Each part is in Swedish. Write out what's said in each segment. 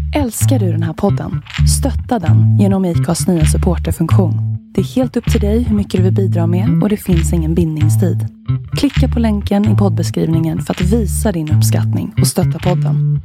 Älskar du den här podden? Stötta den genom IKAs nya supporterfunktion. Det är helt upp till dig hur mycket du vill bidra med och det finns ingen bindningstid. Klicka på länken i poddbeskrivningen för att visa din uppskattning och stötta podden.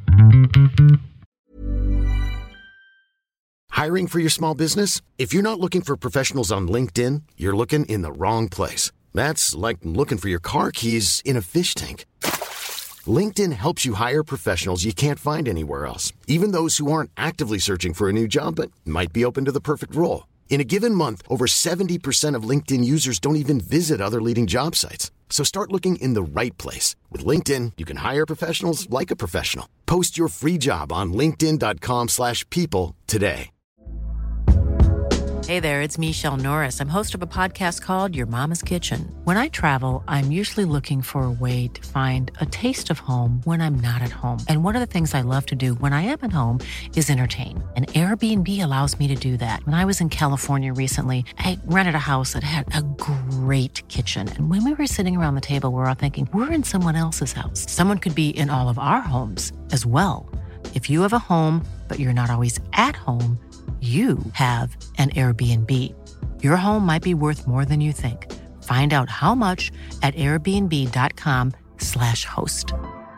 Hiring for your small business? If you're not looking for professionals on LinkedIn, you're looking in the wrong place. That's like looking for your car keys in a fish tank. LinkedIn helps you hire professionals you can't find anywhere else, even those who aren't actively searching for a new job but might be open to the perfect role. In a given month, over 70% of LinkedIn users don't even visit other leading job sites. So start looking in the right place. With LinkedIn, you can hire professionals like a professional. Post your free job on linkedin.com/people today. Hey there, it's Michelle Norris. I'm host of a podcast called Your Mama's Kitchen. When I travel, I'm usually looking for a way to find a taste of home when I'm not at home. And one of the things I love to do when I am at home is entertain. And Airbnb allows me to do that. When I was in California recently, I rented a house that had a great kitchen. And when we were sitting around the table, we were all thinking, we're in someone else's house. Someone could be in all of our homes as well. If you have a home, but you're not always at home, you have an Airbnb. Your home might be worth more than you think. Find out how much at airbnb.com/host.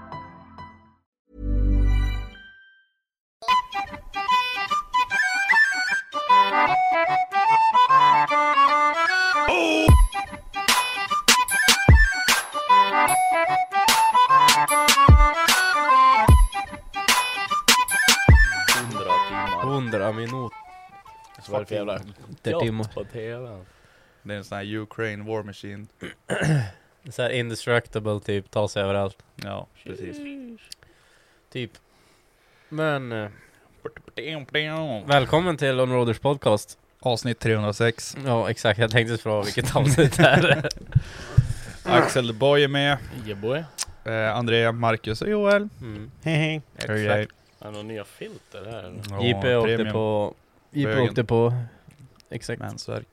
Minut. Så var det för jävla gott på tv. Det är en sån här Ukraine War Machine. Så här indestructible typ, ta sig överallt. Ja, precis. Typ. Men välkommen till On Roaders podcast. Avsnitt 306. Ja, exakt. Jag tänkte fråga vilket avsnitt det är. Axel Boy är med. Yeah, boy. Andrea, Marcus och Joel. Hej. Exakt. Är det några nya filter här? Ja, JP åkte på exakt. Mänsverk.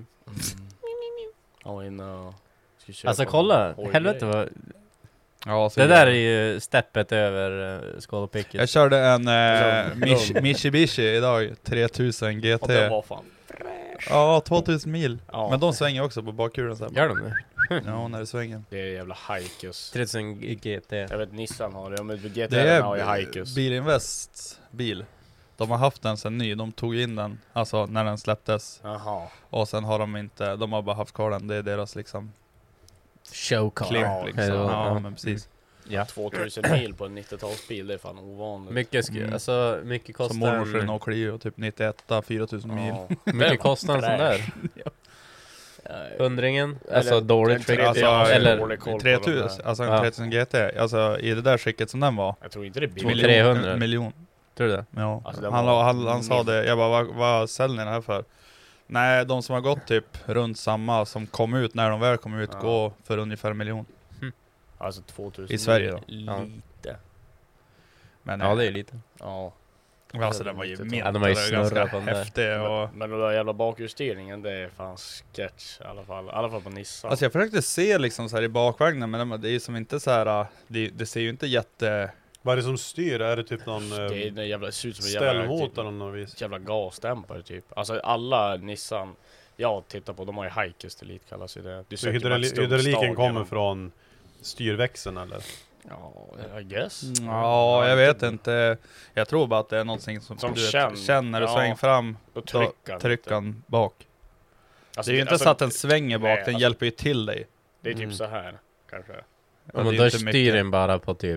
Alltså kolla, helvete vad... Ja, det där är ju steppet över skålpicket. Jag körde en Mitsubishi idag, 3000 GT. Och det var fan Ja, 2000 mil. Ja. Men de svänger också på bakkuren sen. Gör de det? Ja, när det svänger. Det är jävla Haikus. 3000 GT. Jag vet Nissan har det, men GT det är har ju Haikus. Bilinvests bil. De har haft den sen ny. De tog in den, alltså när den släpptes. Jaha. Och sen har de har bara haft kvar den. Det är deras liksom showcar. Clear, liksom. Ja, men precis. Ja. 2000 mil på en 90-talsbil, det är fan ovanligt. Mycket kostar. Som mormor Renault Clio, typ 91, 4000 mil. Mycket kostar en sån där. Ja. Hundringen, alltså dåligt skick. Eller 3000, alltså en 3000 GT. Alltså i det där skicket som den var. Jag tror inte det blir 300 miljon. Tror du det? Ja. Alltså, han sa det. Jag bara, vad säljer ni det här för? Nej, de som har gått typ runt samma som kom ut när de väl kom ut går för ungefär 1 miljon. Alltså 2000 i Sverige då. Lite. Men ja, det är lite. Ja. Alltså den var ju de har ju snurrat på den häftig och... Men den där jävla bakhjulsstyrningen, det är fan sketch i alla fall på Nissan. Alltså jag försökte se liksom så här i bakvagnen, men det är ju som inte så här, det ser ju inte jätte... Vad är det som styr? Är det typ någon det är en jävla, ser ut som en ställmotor någon vis? Jävla gasdämpare typ. Alltså alla Nissan jag tittar på, de har ju Haikus Elite kallas ju det. Så hydrauliken kommer från styrväxeln eller? Ja, I guess. Ja, jag vet inte. Jag tror bara att det är någonting som du känner när du svänger fram. Då trycker han bak. Alltså, det är ju inte så att den svänger bak, den hjälper ju till dig. Det är typ så här, kanske. Men då styr den bara på typ,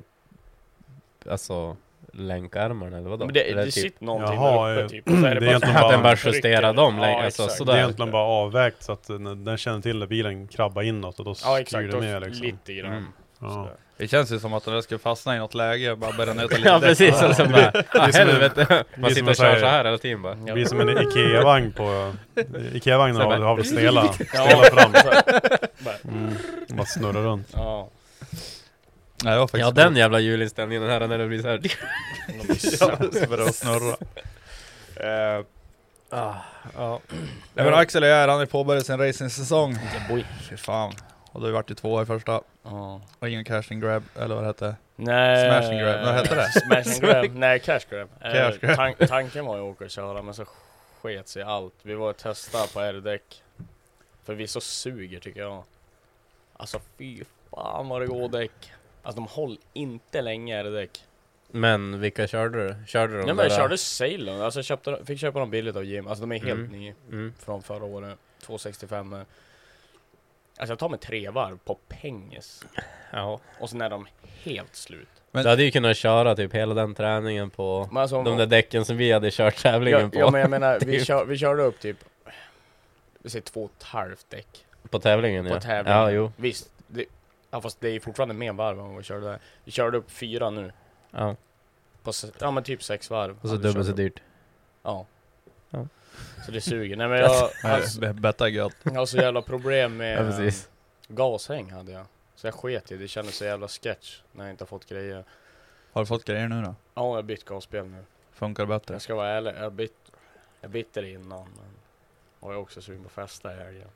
alltså länkarmarna eller vadå? Men det typ, sitter någonting där uppe typ. Så är det bara att den bara justerar dem alltså, det är egentligen bara avvägt så att den känner till att bilen krabbar inåt och då styr det med liksom. Lite grann. Ja. Det känns ju som att den ska fastna i något läge och bara börja nöta lite. Ja, precis. Och så bara, helvete. Man sitter och kör så här hela tiden bara. Det blir som en Ikea-vagn på... Ikea-vagnen har väl stela fram. Bara snurrar runt. Ja. Nej, ja, den jävla hjulinställningen här när det blir så här. Ja, börjar snurra. Nej, men Axel och jag, han är påbörjat sin racing-säsong. Fy fan. Och då har vi varit i 2 i första. Och ingen cash and grab, eller vad det heter. Nej. Smash and grab, vad heter det? Smash and grab, nej cash grab. Tanken var ju att åka och köra, men så sket sig allt. Vi var och testade på R-däck. För vi så suger tycker jag. Alltså fy fan vad det går däck. Alltså de håller inte länge R-däck. Men vilka körde du? Körde de? Nej men jag körde Ceylon. Alltså fick köpa dem billigt av Jim. Alltså de är helt nya från förra året. 265. Alltså jag tar med 3 varv på penges. Ja. Och sen är de helt slut. Men du hade ju kunnat köra typ hela den träningen på alltså, de där däcken som vi hade kört tävlingen på. Ja men jag menar, vi körde upp typ vi säger 2,5 däck. På tävlingen, på tävlingen. Ja, jo. Visst, fast det är fortfarande mer varv än vad vi körde där. Vi körde upp 4 nu. Ja. Ja men typ 6 varv. Och så dubbelt så dyrt. Ja. Så det suger. Nej men jag betta gött. Jag har så jävla problem med precis. Gashäng hade jag. Så jag sket i det. Kändes så jävla sketch när jag inte har fått grejer. Har du fått grejer nu då? Ja, jag har bytt gasspel nu. Funkar det bättre? Jag ska vara ärlig. Jag bytte det innan. Men och jag är också sugen på festa i helgen.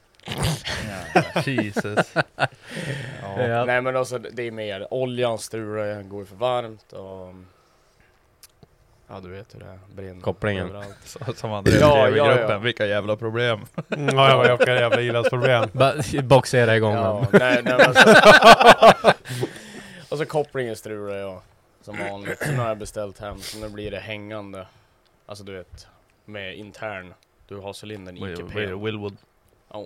Jesus. Ja. Nej men alltså det är mer. Oljan strular, går för varmt och ja, du vet hur det är. Brinner. Kopplingen. Som André skrev i gruppen. Vilka jävla problem. Ja, jag har jävla idrottsproblem. Boxera igång ja, nej men så. Och så kopplingen strular jag som vanligt. Så nu har jag beställt hem. Så nu blir det hängande. Alltså du vet. Med intern. Du har cylindern i IKP. Willwood. Ja.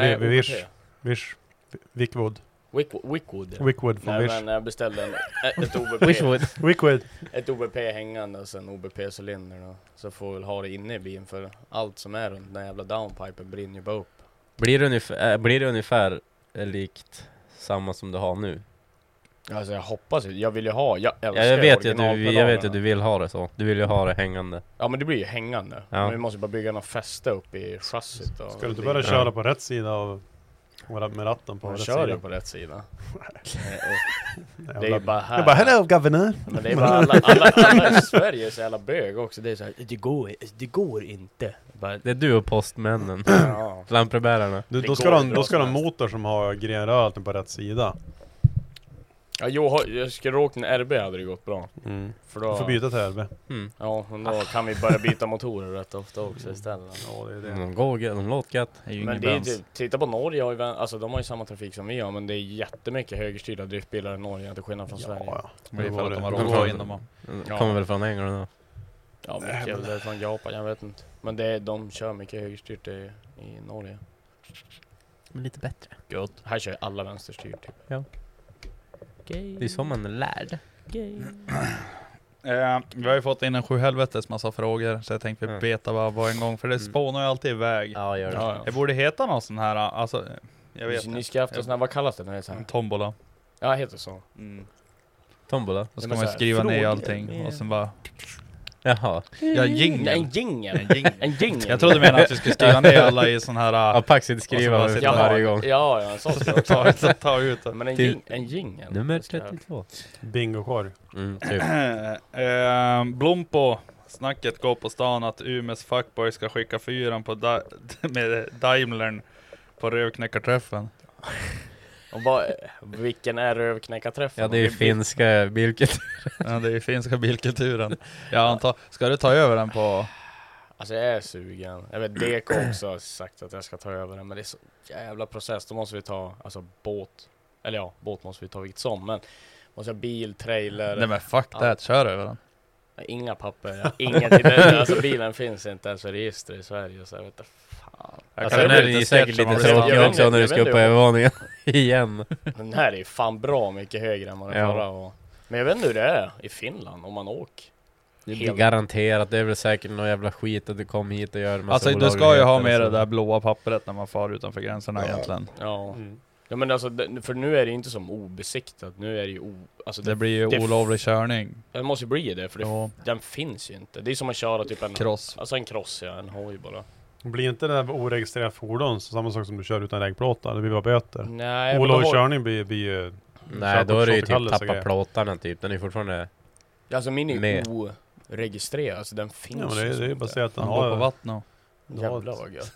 Wickwood. Wickwood från Wish. Men jag beställde ett OBP. Wickwood. Ett OBP hängande och sen OBP-cylinder då. Så får vi väl ha det inne i bilen för allt som är runt den jävla downpipen brinner ju bara upp. Blir det ungefär likt samma som du har nu? Alltså jag hoppas ju. Jag vill ju ha. Jag vet att du vill ha det så. Du vill ju ha det hängande. Ja men det blir ju hängande. Ja. Men vi måste bara bygga något fäste upp i chassit. Och ska du inte börja köra på rätt sida av med ratten på rätt sida? Jag kör på rätt sida. Det är ju bara här. Jag bara, hello governor. Men det är bara alla i Sverige är så jävla bög också. Det är så här, det går inte. Bara, det är du och postmännen. Ja. Lantbrevbärarna. Då ska de motor som har grenrörelsen på rätt sida. Ja, jag skulle åka en RB hade det gått bra. För då, du får byta till RB. Ja, men då kan vi börja byta motorer rätt ofta också istället. Ja, det är det. De låter gött. Men det är typ, titta på Norge, alltså de har ju samma trafik som vi har, men det är jättemycket högerstyrda driftbilar i Norge till skillnad från Sverige. Ja. Det är för att de har råd att in dem. Kommer väl från England då? Ja, mycket det är från Japan, jag vet inte. Men de kör mycket högerstyrt i Norge. Men lite bättre. Gott. Här kör alla vänsterstyrt typ. Ja. Det är som man är lärd. Vi har ju fått in en 7 helvetes massa frågor, så jag tänkte vi beta bara en gång, för det spånar ju alltid iväg. Ja, gör det. Ja. Det borde heta någon sån här, alltså, jag vet ni ska efter sån här, vad kallas det när det är så här? Tombola. Ja, heter så. Tombola? Då ska man skriva ner allting och sen bara... Jaha. Ja, jingel. En jingel. Jag trodde du menade att vi skulle skriva ner alla i sån här... Ja, Pax inte skriva varje gång. Ja, så ska jag ta ut det. Men en jingel. Nummer 32. Bingo-korg. Typ. Blompo. Snacket går på stan att Umeås fuckboy ska skicka 4 på med Daimlern på rövknäckarträffen. Och vilken är rövknäckarträffen? Ja, det är ju finska bilkulturen. Ja, det är finska bilkulturen. Jag antar, ska du ta över den på... Alltså jag är sugen. Jag vet, DK också har sagt att jag ska ta över den. Men det är så jävla process. Då måste vi ta, alltså båt. Eller ja, båt måste vi ta vilket som. Men måste ha bil, trailer. Nej men fuck that, kör över den. Inga papper, ingenting. Alltså bilen finns inte ens för register i Sverige. Så jag vet inte, fan. Alltså den här är säkert lite tråkig också när du ska upp på övervåningen igen. Den här är ju fan bra mycket högre än vad den förra. Men jag vet inte hur det är i Finland om man åker. Det blir garanterat, det är väl säkert någon jävla skit att du kommer hit och gör massa. Alltså du ska ju ha med det där blåa pappret när man far utanför gränserna egentligen. Ja. Ja men alltså, för nu är det inte som obesiktat. Nu är det ju alltså det blir ju olovlig körning. Det måste ju bli det, för den finns ju inte. Det är som att köra typ en cross. Alltså en cross, ja, en hoj bara. Blir inte det där oregistrerat fordon samma sak som du kör utan vägplåtar? Det blir bara böter. Nej, olovlig körning blir ju... Nej, då är det ju typ tappa plåtarna typ. Den är fortfarande... Alltså min är oregistrerad, alltså den finns. Ja, men det är bara så att den har på vatten. Jävlar vad gött.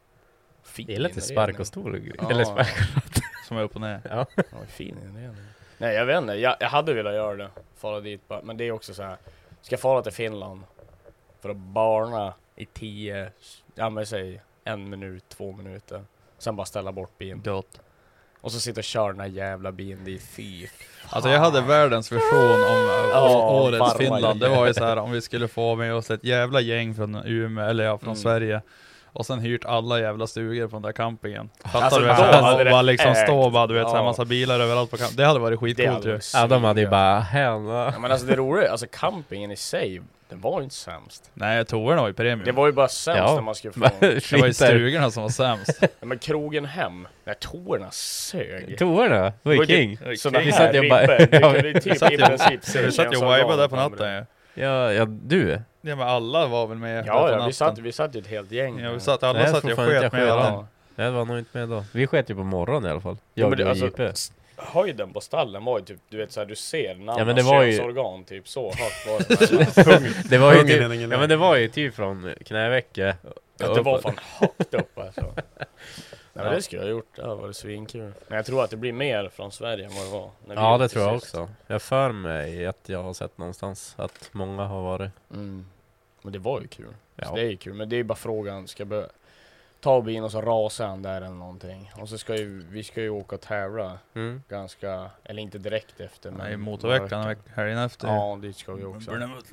Det är lite spark och stol. Eller spark. Som är upp och ner. Ja. Fin i den. Nej, jag vet inte. Jag hade velat göra det. Fara dit bara. Men det är också så här. Ska jag fara till Finland för att barna i 10, ja men säg 1 minut, 2 minuter. Sen bara ställa bort bilen. Gott. Och så sitta och köra den här jävla bilen dit. Fy. Alltså jag hade världens version om årets Finland. Det var ju så här, om vi skulle få med oss ett jävla gäng från Umeå, eller från Sverige. Och sen hyrt alla jävla stugor på den där campingen. Fattar du? Och bara liksom stå och bara, du vet, så här massa bilar överallt på campingen. Det hade varit skitcoolt ju. Ja, de hade ju bara hemma. Ja, men alltså det roliga, alltså campingen i sig, den var ju inte sämst. Nej, toorna var ju premium. Det var ju bara sämst när man skulle få. Det var ju stugorna som var sämst. Ja, men krogen hem, när toorna sög. Toorna? Var ju king. Så vi satt ju bara... Vi satt ju och vibade där på natten ju. Ja, du? Ja, men alla var väl med. Ja, vi satt ju ett helt gäng. Ja, alla satt ju och sket med varandra. Jag var nog inte med då. Vi sket ju på morgonen i alla fall. Jag och JP. Höjden på stallen var ju typ, du vet såhär, du ser en annan könsorgan typ så högt var det. Det var ju typ, ja men det var ju typ från knävecket. Det var fan högt upp alltså. Nej, men det skulle jag ha gjort, det var det svinkul. Men jag tror att det blir mer från Sverige än vad det var. Ja, det tror jag också. Jag för mig att jag har sett någonstans att många har varit. Men det var ju kul. Så det är ju kul, men det är bara frågan, ska jag ta bilen och så rasar han där eller någonting. Och så ska vi ju åka och tävla ganska, eller inte direkt efter. Nej, motorveckan helgen efter. Ja, dit ska vi också.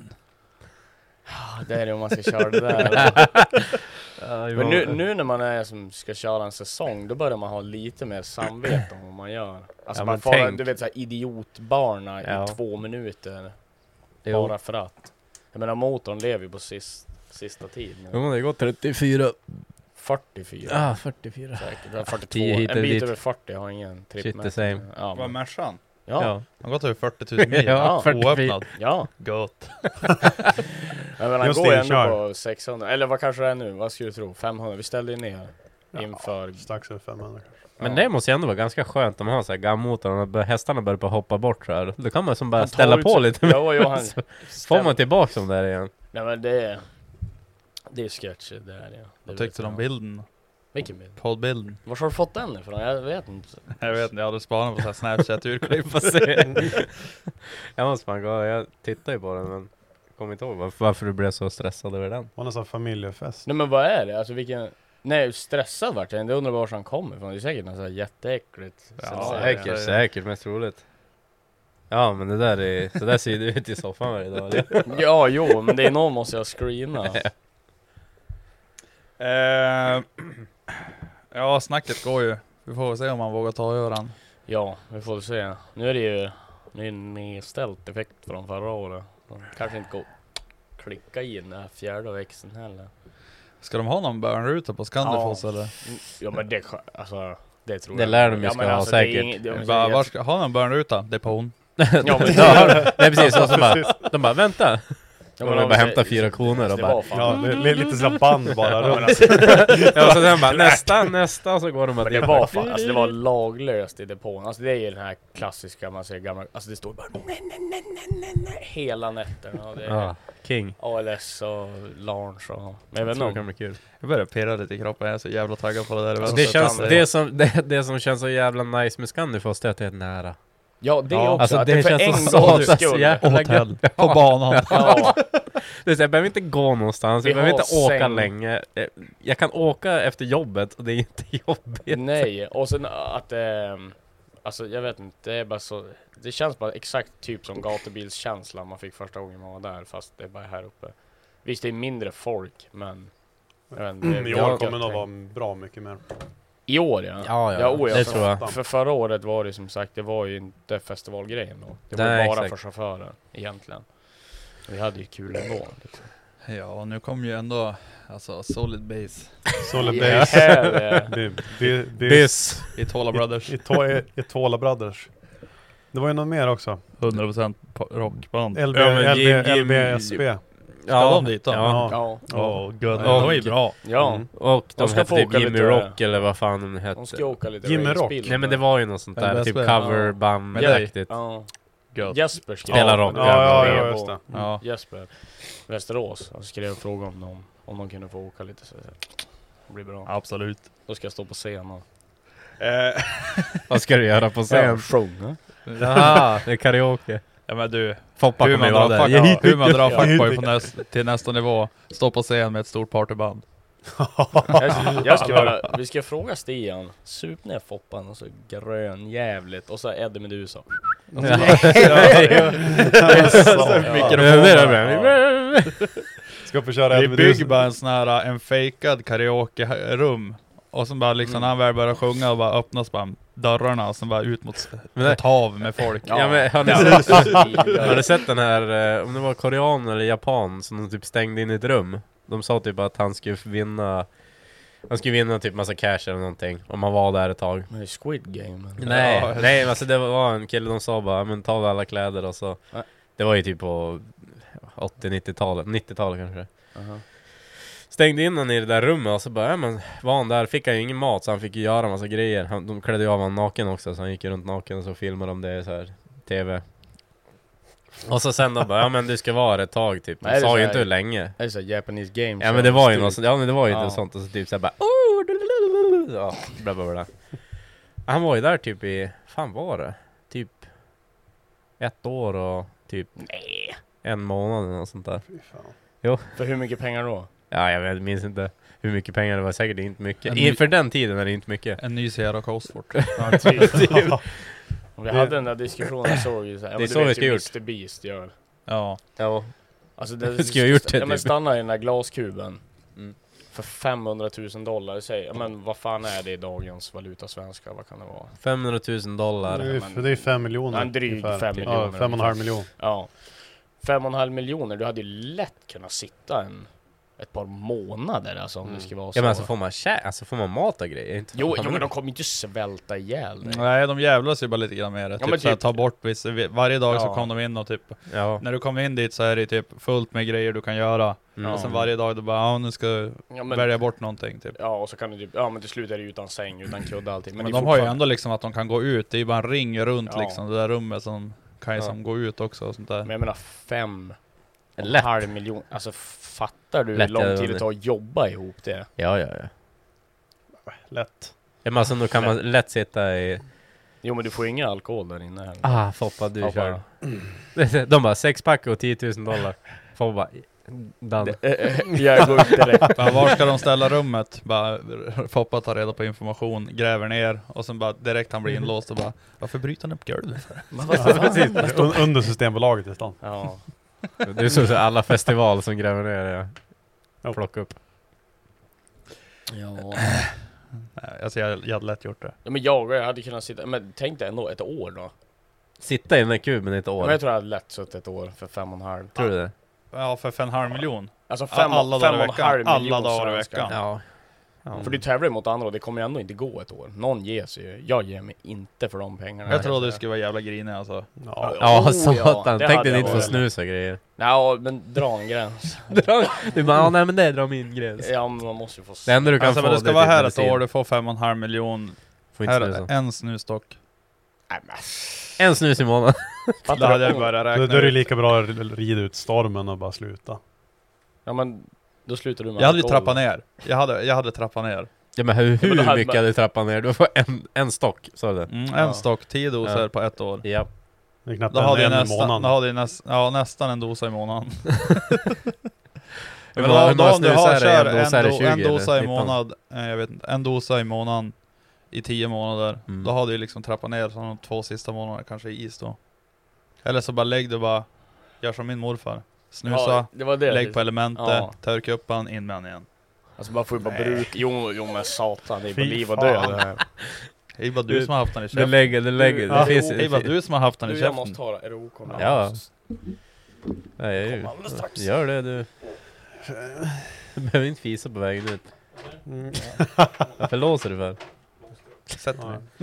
Det är det om man ska köra det där. Men nu när man är som ska köra en säsong, då börjar man ha lite mer samvete om vad man gör. Alltså man får, du vet, så här idiotbarna i 2 minuter. Bara för att. Jag menar, motorn lever ju på sista tiden. Ja, det går 34. 44. Ja, 44. Säkert. 42. En bit över 40 har ingen tripp med. Same. Ja, vad märsan? Ja. Han har gått över 40 000 mil. Ja, oöppnad. Ja. Gott. Men han går ju ändå på 600. Eller vad kanske det är nu? Vad skulle du tro? 500. Vi ställde ju ner inför... Strax över 500 kanske. Men det måste ju ändå vara ganska skönt om man har så här gammotorn och hästarna börjar på hoppa bort så här. Då kan man som bara ställa på lite. Så får man tillbaka dem där igen. Nej, men det är sketch där, ja. Vad tyckte du om bilden? Vilken bild? Poddbilden. Var har du fått den ifrån? Jag vet inte. Jag hade spanat på så här Snapchat-urklipp. Jag måste man gå. Jag tittar ju på den, men kommer inte ihåg varför du blev så stressad över den. Var det en sån familjefest? Nej, men vad är det? Alltså vilken... Nej, stressad vart jag. Det undrar var han kommer ifrån. Det är säkert något så här jätteäckligt. Ja, säkert, mest roligt. Ja, men det där ser du ut i soffan varje dag. Ja, jo, men det är någon måste jag screena. Ja, snacket går ju. Vi får se om man vågar ta öran. Ja, vi får se. Nu är det ju nedställt effekt från förra året. Kanske inte gå klicka in den här 4:e växeln heller. Ska de ha någon burnruta på Scandifoss eller? Ja, men det, alltså, det tror det jag. lär de ju ska ha säkert. Var ska ha någon burnruta? Depån. Ja, men nej, precis. Och så bara, de bara, vänta. Ja, men de bara hämta 4 koner och bara... Ja, lite sådär band bara runt. Ja, så sen bara, nästa, och så går de att... Det var fan, alltså det var laglöst i depån. Alltså det är ju den här klassiska, man säger gamla... Alltså det står bara nej, hela nätterna. Och det är king. ALS och Larns och... Men jag vet inte om... Kul. Jag börjar pirra lite i kroppen, jag är så jävla taggad på det där. Alltså det som känns så jävla nice med Scandifoss är att det är nära. Ja, det är också. Alltså att det för känns en så skull. Hotell på banan. Ja. Det är så, jag behöver inte gå någonstans, jag behöver inte åka länge. Jag kan åka efter jobbet och det är inte jobbigt. Nej, och sen att alltså jag vet inte, det är bara så, det känns bara exakt typ som gatubilskänslan man fick första gången man var där, fast det är bara här uppe. Visst, det är mindre folk, men jag vet inte, i år kommer nog vara bra mycket mer. I år, ja. Det tror jag. För förra året var det som sagt, det var ju inte festivalgrejen då. Det var bara exakt för chaufförer egentligen. Vi hade ju kul ändå liksom. Ja, och nu kom ju ändå alltså Solid Base. Solid Base. Biss. Itola Brothers. Itola Brothers. Det var ju någon mer också. 100% rockband. LBSB. Ska de dit då? Ja. Gud. De var ju bra. Ja. Och de ska hette typ Jimmy lite, Rock eller vad fan de hette. De ska åka lite Jimmy Rock. Nej, men det var ju något sånt där typ coverband-aktigt. Ja. Jesper skrev Spela rock. Ja, just det. Ja. Jesper Västerås, han skrev en fråga om de kunde få åka lite så det blir bra. Absolut. Då ska jag stå på scen och... Vad ska du göra på scen? Sjunga. Ja, det är karaoke. Ja men du, Foppa hur kommer man vara drar där. hur man drar fuckboy till nästa nivå. Stå på scen med ett stort partyband. Vi ska fråga Stian. Sup ner Foppan och så grön jävligt. Och så Eddie Medusa. Ska få köra Vi bygger bara en sån här, en fejkad karaoke-rum. Och sen bara liksom när han väl börjar sjunga och bara öppnas bara dörrarna och sen bara ut mot ett hav med folk. Ja, men har ni sett den här, om det var korean eller japan som de typ stängde in i ett rum? De sa typ att han skulle vinna typ massa cash eller någonting om han var där ett tag. Men det är Squid Game. Nej, alltså det var en kille, de sa bara, men ta alla kläder och så. Det var ju typ på 80-90-talet, 90-talet kanske. Stängde in han i det där rummet och så bara, men var han där, fick han ju ingen mat så han fick ju göra massa grejer. De klädde ju av han naken också så han gick runt naken och så filmade de det så här tv. Och så sen då bara, ja men du ska vara ett tag typ. Jag sa ju inte hur länge. Det är så Japanese Games. Ja men det var ju något, ja men det var ju inte sånt och så typ så här bara ja, bla bla bla. Han var ju där typ i, fan var det? Typ 1 år och typ en månad eller något sånt där. Jo. För hur mycket pengar då? Ja, jag minns inte hur mycket pengar det var, säkert inte mycket. Inför den tiden är det inte mycket. En ny Sierra Cosford. Vi hade den där diskussionen såg ju så här. Det är så vi ska gjort. Mr. Beast gör. Ja. Alltså det ska jag gjort det. Ja men stanna i den där glaskuben. För $500,000 säger. Men vad fan är det i dagens valuta svenska? Vad kan det vara? $500,000. Det är 5 miljoner. En dryg 5 miljoner. 5,5 miljoner. Ja. 5,5 miljoner. Du hade ju lätt kunnat sitta ett par månader alltså, om det ska vara så. Ja men alltså får man mat och grejer? Inte jo men de kommer inte svälta ihjäl dig. Nej, de jävlas ju bara lite grann med det. Ja, typ så här, ta bort varje dag så kom de in och typ när du kommer in dit så är det typ fullt med grejer du kan göra. Och sen varje dag du bara, nu ska välja bort någonting typ. Ja, och så kan du typ, men till slut är det utan säng, utan kudde allting. Men de har ju ändå liksom att de kan gå ut. Det är ju bara en ring runt liksom, det där rummet som kan ju som gå ut också och sånt där. Men jag menar 5,5 miljoner. Alltså fattar du hur lång tid det tar att jobba ihop det? Ja. Lätt. Ja, men alltså då kan man lätt sitta i... Jo men du får ingen alkohol där inne heller. Foppa, du kör. De bara 6-pack och $10,000. Foppa bara... Jag går ut direkt. Var ska de ställa rummet? Bara, Foppa tar reda på information, gräver ner och sen bara direkt han blir inlåst och bara, varför bryter han upp golvet för? Under Systembolaget i stan. Ja. Det är så alla festival som gräver ner plocka upp. Ja. Alltså jag hade lätt gjort det. Ja men jag hade kunnat sitta, men tänk dig ändå ett år då. Sitta i den här kuben i ett år? Men jag tror jag hade lätt suttit ett år för 5,5. Tror du det? Ja, för 5,5 miljoner. Alltså 5,5 miljoner alla dagar i veckan. Ja. För du tävlar mot andra och det kommer ändå inte gå ett år. Någon ger sig ju. Jag ger mig inte för de pengarna. Jag trodde du skulle vara jävla grinig alltså. Ja, satan. Tänk dig inte få snusa grejer. Ja, men dra en gräns. Du bara, nej men det drar min gräns. Ja, men man måste ju få... Det enda du kan få, men det ska vara här ett år, du får 5,5 miljoner. Här en snusstock. En snus i månaden. Då hade jag börjat räkna. Då är det lika bra att rida ut stormen och bara sluta. Ja men då slutar du med. Jag hade ju trappat ner. Jag hade trappat ner. Ja men hur mycket hade du trappat ner? Du får en stock, sa du det? En stock, 10 doser på ett år. Ja. Det är knappt då hade en månad. Då hade jag nästan en dosa i månaden. Men om du kör en dosa i månad, jag vet inte, en dosa i månaden i 10 månader, då hade jag liksom trappat ner så de 2 sista månaderna kanske i is då. Eller så bara lägg du bara, gör som min morfar. Snusa, lägg på elementet, törka upp han, in med han igen. Alltså bara får ju bara bruk. Jo men satan, det är på liv och död det här. Det är bara du som har haft den i käften. Det lägger. Det är bara du som har haft den i käften. Jag måste ta det, är det OK? Ja. Nej, gör det du. Du behöver inte fisa på vägen ut. Varför låser du för? Sätt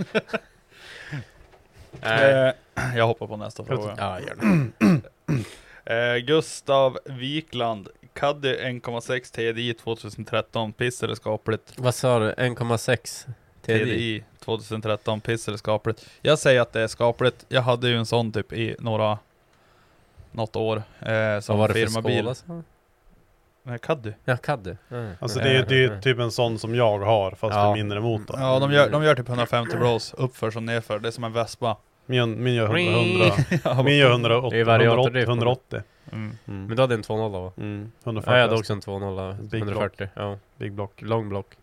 mig. Jag hoppar på nästa fråga. Ja, gör det. Gustav Wikland, Caddy 1,6 TDI 2013, piss eller skapligt? Vad sa du? 1,6 TDI 2013, piss eller skapligt? Jag säger att det är skapligt. Jag hade ju en sån typ i något år som var det firmabil. För skål, Nej, Caddy. Ja, Caddy. Alltså det är typ en sån som jag har, fast det är mindre motor. Ja, de gör typ 150 blås uppför som nerför. Det är som en Vespa. Min gör 100. Min gör 180. Men du hade en 2.0 va? 140. Ja, jag hade också en 2.0. Big 140. block. Ja. Big block. Long block.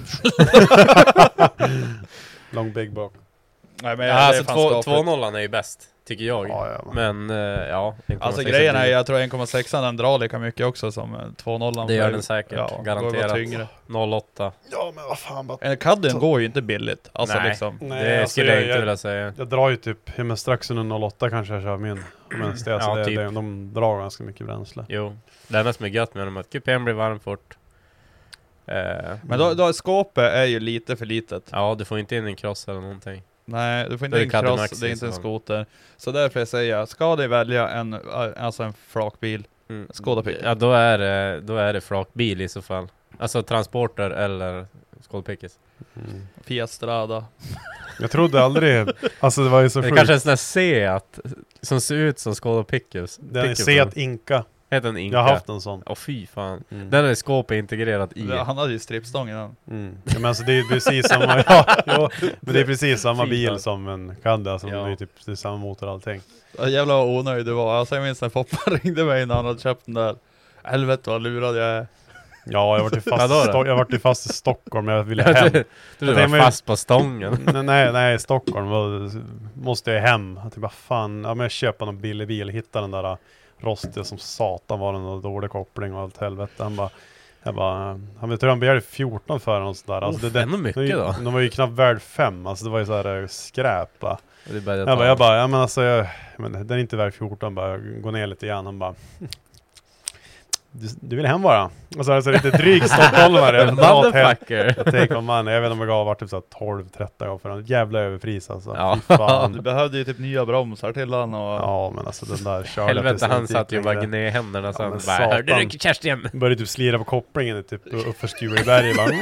Long big block. Nej, men alltså 2.0 är ju bäst, tycker jag. Ja. Men ja. Alltså grejen är, jag tror 1,6 den drar lika mycket också som 2.0. Det gör den säkert, garanterat. 0,8. Ja, men vad fan. En Cadden går ju inte billigt. Alltså Nej. liksom. Nej, Det alltså, skulle jag inte vilja säga. Jag drar ju typ, men strax under 0,8 kanske jag kör min. Men det, alltså Ja, typ. de drar ganska mycket bränsle. Jo, det enda som är gött med dem är att kupén blir varm fort. Men då skåpet är ju lite för litet. Ja, du får inte in en cross eller någonting. Nej, du får inte en cross, det är inte en skoter. Så därför jag säger, ska du välja en flakbil, Skoda Pick. Ja, då är det flakbil i så fall. Alltså transporter eller Skoda Pickes. Fiat Strada. Jag trodde aldrig, alltså det var ju så det sjukt. kanske är en sån här Seat som ser ut som Skoda Pickes. Den är Seat Inka. Heter den Inka? Jag har haft en sån. Fy fan. Den är skåpet integrerat i. Ja, han hade ju strippstång i den. Ja, men alltså det är precis samma men det är precis samma bil som en Cadda, alltså det är typ det är samma motor och allting. Jävlar vad onöjd du var. Alltså jag minns när Foppa ringde mig när han hade köpt den där. Helvete vad lurad jag är. Ja, jag var ju fast i Stockholm, jag ville hem. Du var fast på stången. nej, Stockholm måste jag hem. Jag tänkte, fan, ja men jag köper någon billig bil, hittar den där rostiga som satan, var den och dålig koppling och allt helvete. Han tror han begärde 14 för den och sådär. Alltså det är nog mycket då. De var ju knappt värd 5, alltså det var ju så här skräp va. Jag bara, ja men alltså den är inte värd 14, bara gå ner lite grann. Han bara, du vill hem bara. Och så är det lite dryg stockholmare. Motherfucker. Jag tänker man, jag vet inte om jag gav vart typ så 12-13 gånger för en jävla överpris alltså. Ja. Du behövde ju typ nya bromsar till han och... Ja, men alltså den där körde. Helvete, han satt ju bara gnä händerna så han bara, hörde du Kerstin? Började typ slira på kopplingen typ uppför Stureberg bara.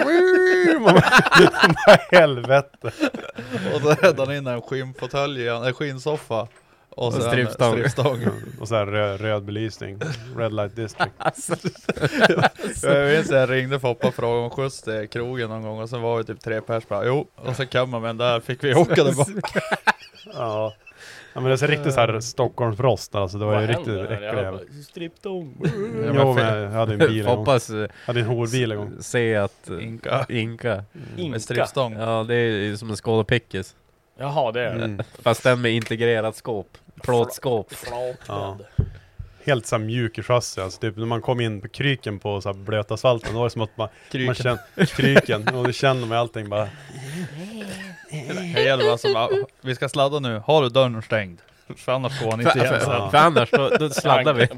Helvete. Och så räddade han in en skinnfåtölj, en skinnsoffa. Och så strippstång. Och så här röd belysning. Red light district. Jag minns jag ringde Foppa och frågade om skjuts till krogen någon gång. Och så var det typ 3 pers bara, jo. Och så kom man med den där, fick vi åka där bak. Ja. Ja, men det är så riktigt så här Stockholmsfrost alltså, det var ju riktigt äckligt. Strippstång. Jo, men jag hade en bil en gång. Foppas hade en horbil en gång. Se att Inka. Med strippstång. Ja, det är ju som en Skoda Pickes. Jaha, det är det. Fast den med integrerat skåp. Plåtskåp. Ja. Helt så här mjuk i chassi, alltså typ när man kom in på kryken på så här blöta asfalten, då var det som att man kände kryken och det kände med allting bara. Det gäller alltså bara, vi ska sladda nu, har du dörren stängd? För annars går han inte igen. För annars då sladdar vi.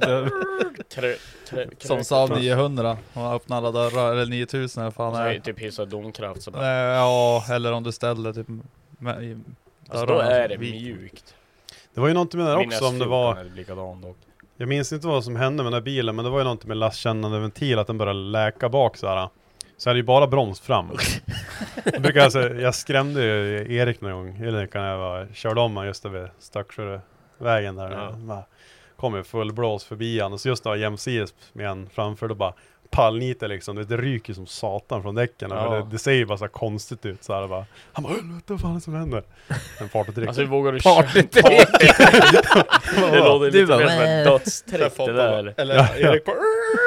Som Saab 900, och öppnar alla dörrar, eller 9000 eller fan är är det. Typ hissa domkraft så bara. Ja, eller om du ställer typ alltså då är det mjukt. Det var ju någonting med det också, om det var dock. Jag minns inte vad som hände med den här bilen, men det var ju någonting med lastkännande ventil, att den började läka bak så här. Så är det ju bara broms fram. Jag skrämde ju Erik någon gång, eller kan jag körde om han just där vid Stacksjövägen där. Ja. Kom ju full blås förbi han, och så just då jämsides med en framför, då bara pallniter liksom, det ryker som satan från däcken. Ja. Det ser ju bara så konstigt ut så här bara. Han bara, vad fan är det som händer? En partytrick. Alltså vågar du partytrick? Det låter lite mer som en dödstrick det där. Eller Erik på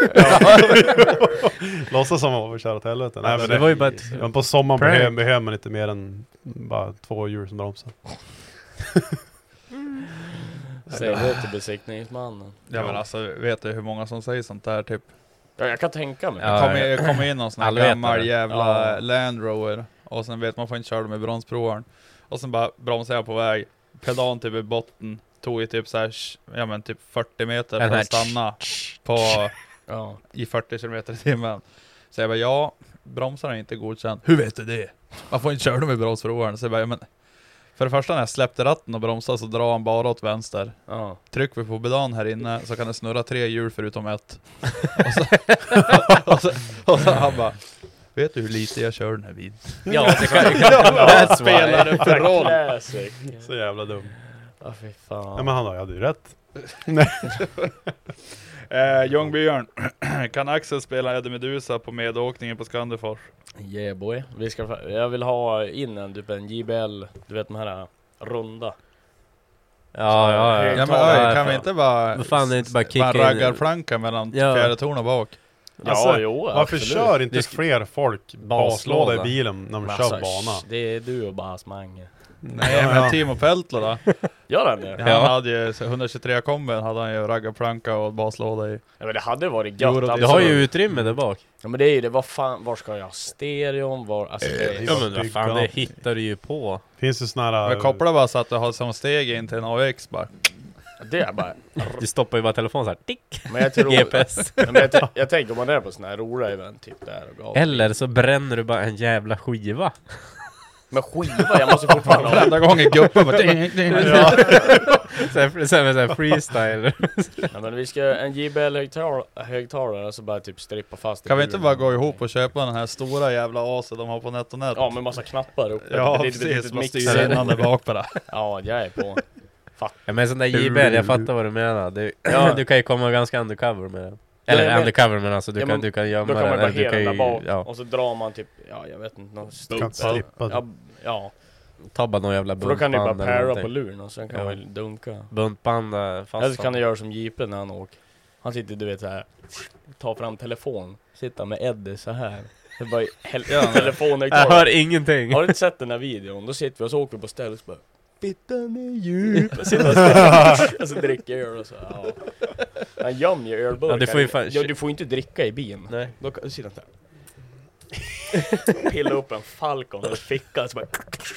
låtsas som att köra åt helvete. Nej, men det var ju bara men på sommaren behöver man inte mer än bara 2 hjul som bromsar. Säg det till besiktningsmannen. Ja, men alltså, vet du hur många som säger sånt där typ? Ja, jag kan tänka mig. Jag kom in någon sån här gammal jävla Land Rover. Och sen vet man får inte köra med bromsprovaren. Och sen bara bromsade jag på väg. Pedalen typ i botten. Tog ju typ så här, ja men typ 40 meter för att stanna på i 40 km/h. Så jag bara, bromsar är inte godkänd. Hur vet du det? Man får inte köra med bromsprovaren. Så jag bara, men för det första när jag släppte ratten och bromsade så drar han bara åt vänster. Trycker vi på pedalen här inne så kan det snurra 3 hjul förutom 1. och så han bara, vet du hur lite jag kör den här bilen? Ja, det kan spelar det för roll. Så jävla dum. Ja, fy fan. Ja, men han hade ju rätt. Ljungbjörn, kan Axel spela Eddie Medusa på medåkningen på Skandefors? Yeah boy. Jag vill ha in en JBL, du vet de här runda. Ja men kan vi inte bara... Vad fan är inte bara kicka in... raggarplanka mellan fjädertorn och bak? Alltså, jo, varför absolut. kör inte fler folk baslåda i bilen när de kör bana? Det är du och Basmange. Nej, men Timo Peltler då? Gör han det? Han hade ju 123 komben, hade han ju raggarplanka och baslåda i. Ja men det hade varit gött. Du har ju utrymme där bak. Ja men det är ju det, vad fan, var ska jag ha stereon? Var, alltså, Ja men vad fan, det hittar du ju på. Finns det såna här... Men koppla bara så att du har som steg in till en AX bara. Det är bara... Du stoppar ju bara telefonen så här, tick. Men jag tror... GPS. Men jag tänker om man är på såna här roliga event typ där och gav. Eller så bränner du bara en jävla skiva. Men skiva, jag måste fortfarande ha... Varenda gång i guppen bara... Såhär freestyle. Ja, men vi ska en JBL-högtalare så bara typ strippa fast. Kan vi inte bara gå ihop och köpa den här stora jävla asen de har på NetOnNet? Ja, med massa knappar uppe. Ja, det är precis. Man mixer. styr innan det bak bara. Ja, jag är på. Ja men sån där JBL, jag fattar vad du menar. Du kan ju komma ganska undercover med den. Eller men, undercover men alltså du kan gömma den. Då kan man bara du kan där bak. ja. Och så drar man typ, ja jag vet inte, någon strippa. Ja. Ta bara någon jävla buntband. För då kan du bara para på luren luren och sen kan man dunka. Buntband fast. Eller så kan du göra som Jeepen när han åker. Han sitter du vet så här, tar fram telefon, sitter med Eddie så här. Det är bara telefonen. Jag hör ingenting. Har du inte sett den här videon? Då sitter vi och så åker vi på stället och så bara fittan är djup. Och så dricker öl och så. Ja. Han gömmer ju ölburkar. Du får ju inte dricka i bilen. Nej. Då sitter han där. Pilla upp en Falcon och ficka så bara.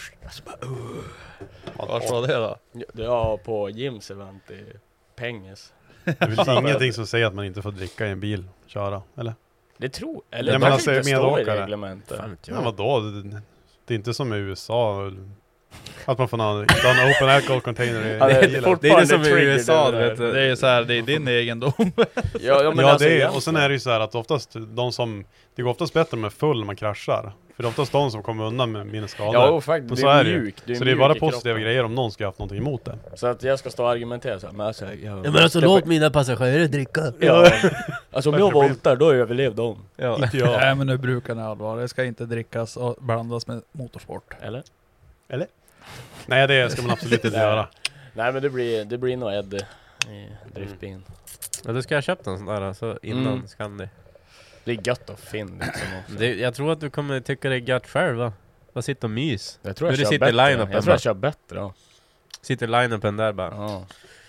Vart var det då? Ja, på Jims event i Penges. Det är väl ingenting som säger att man inte får dricka i en bil, köra, eller? Det tror, eller ja, det alltså, inte står i medåkare. reglementet. Ja, vadå? Det är inte som i USA. Att man får en open alcohol container i bilen. Det är det som i USA, vet du. Det är ju så här, det är din egendom. Men ja, alltså, det är, och sen är det ju så här att oftast det går oftast bättre med full när man kraschar. För det är oftast de som kommer undan med mina skador. Ja, faktiskt. Och så är det ju. Så det är bara positiva grejer om någon ska ha haft någonting emot det. Så att jag ska stå och argumentera så här, men alltså, låt mina passagerare dricka. Ja. Alltså om jag voltar, då överlev de. Ja. Inte jag. Nej, men nu brukar ni allvar. Det ska inte drickas och blandas med motorsport. Eller? Nej, det ska man absolut inte göra. Nej, men det blir nog Eddie i driftbilen. Ja, du ska ha köpt en sån där så innan Scandi. Det är gött att finna liksom. Jag tror att du kommer tycka det är gött själv, va? Bara sitta och mys. Jag tror jag sitter bättre. line-upen. Jag tror jag kör bättre då. Sitter line-upen där bara. Ja.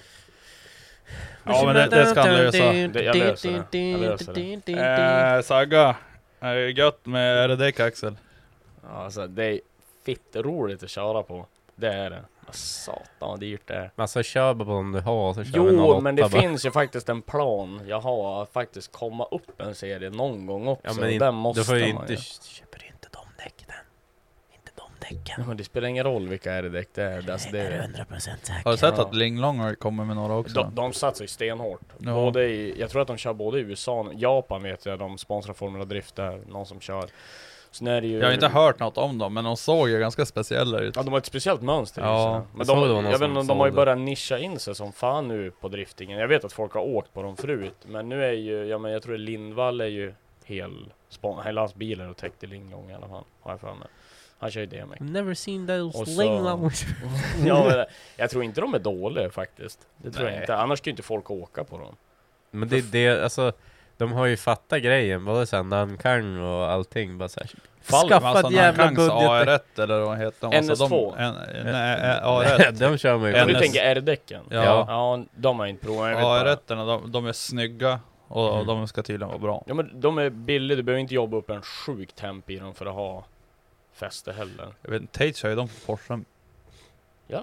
Ja, men det ska han lösa. Jag löser det. Sagga. Är det gött med RDK Axel? Ja, alltså det är fitt roligt att köra på. Det är det. Satan vad dyrt det är. Alltså kör bara på om du har så kör vi 08, men det finns ju faktiskt en plan. Jag har att faktiskt komma upp en serie någon gång också. Ja, men den måste du får ju man inte ju. Köper inte de däcken. Inte de däcken. Ja, men det spelar ingen roll vilka RD-däck det är. Alltså, det är 100% säker. Har du sett att Linglong har kommit med några också? de satsar ju stenhårt. Ja. Både jag tror att de kör både i USA och Japan vet jag. De sponsrar Formula Drift där. Någon som kör. Så är det ju... Jag har inte hört något om dem, men de såg ju ganska speciella ut. Ja, de har ett speciellt mönster. Ja, men jag vet inte, de har ju börjat nischa in sig som fan nu på driftingen. Jag vet att folk har åkt på dem förut. Men nu är ju, jag tror Lindvall är ju hela hans bil är täckt i Linglong i alla fall. Har jag för mig. Han kör ju DMX. Never seen those så... Linglongs. Ja, jag tror inte de är dåliga faktiskt. Det tror jag inte. Annars kan ju inte folk åka på dem. Men det alltså, de har ju fattat grejen, både såhär Nankang och allting, bara såhär skaffa ett jävla budget. AR1 eller vad heter de? NS2. AR1. De kör man ju. Du tänker R-däcken? Ja, de har inte provat. AR1-erna, de är snygga och de ska tydligen vara bra. Ja, men de är billiga, du behöver inte jobba upp en sjuk temp i dem för att ha fäste heller. Jag vet inte, Tate kör ju dem på Porsche. Ja,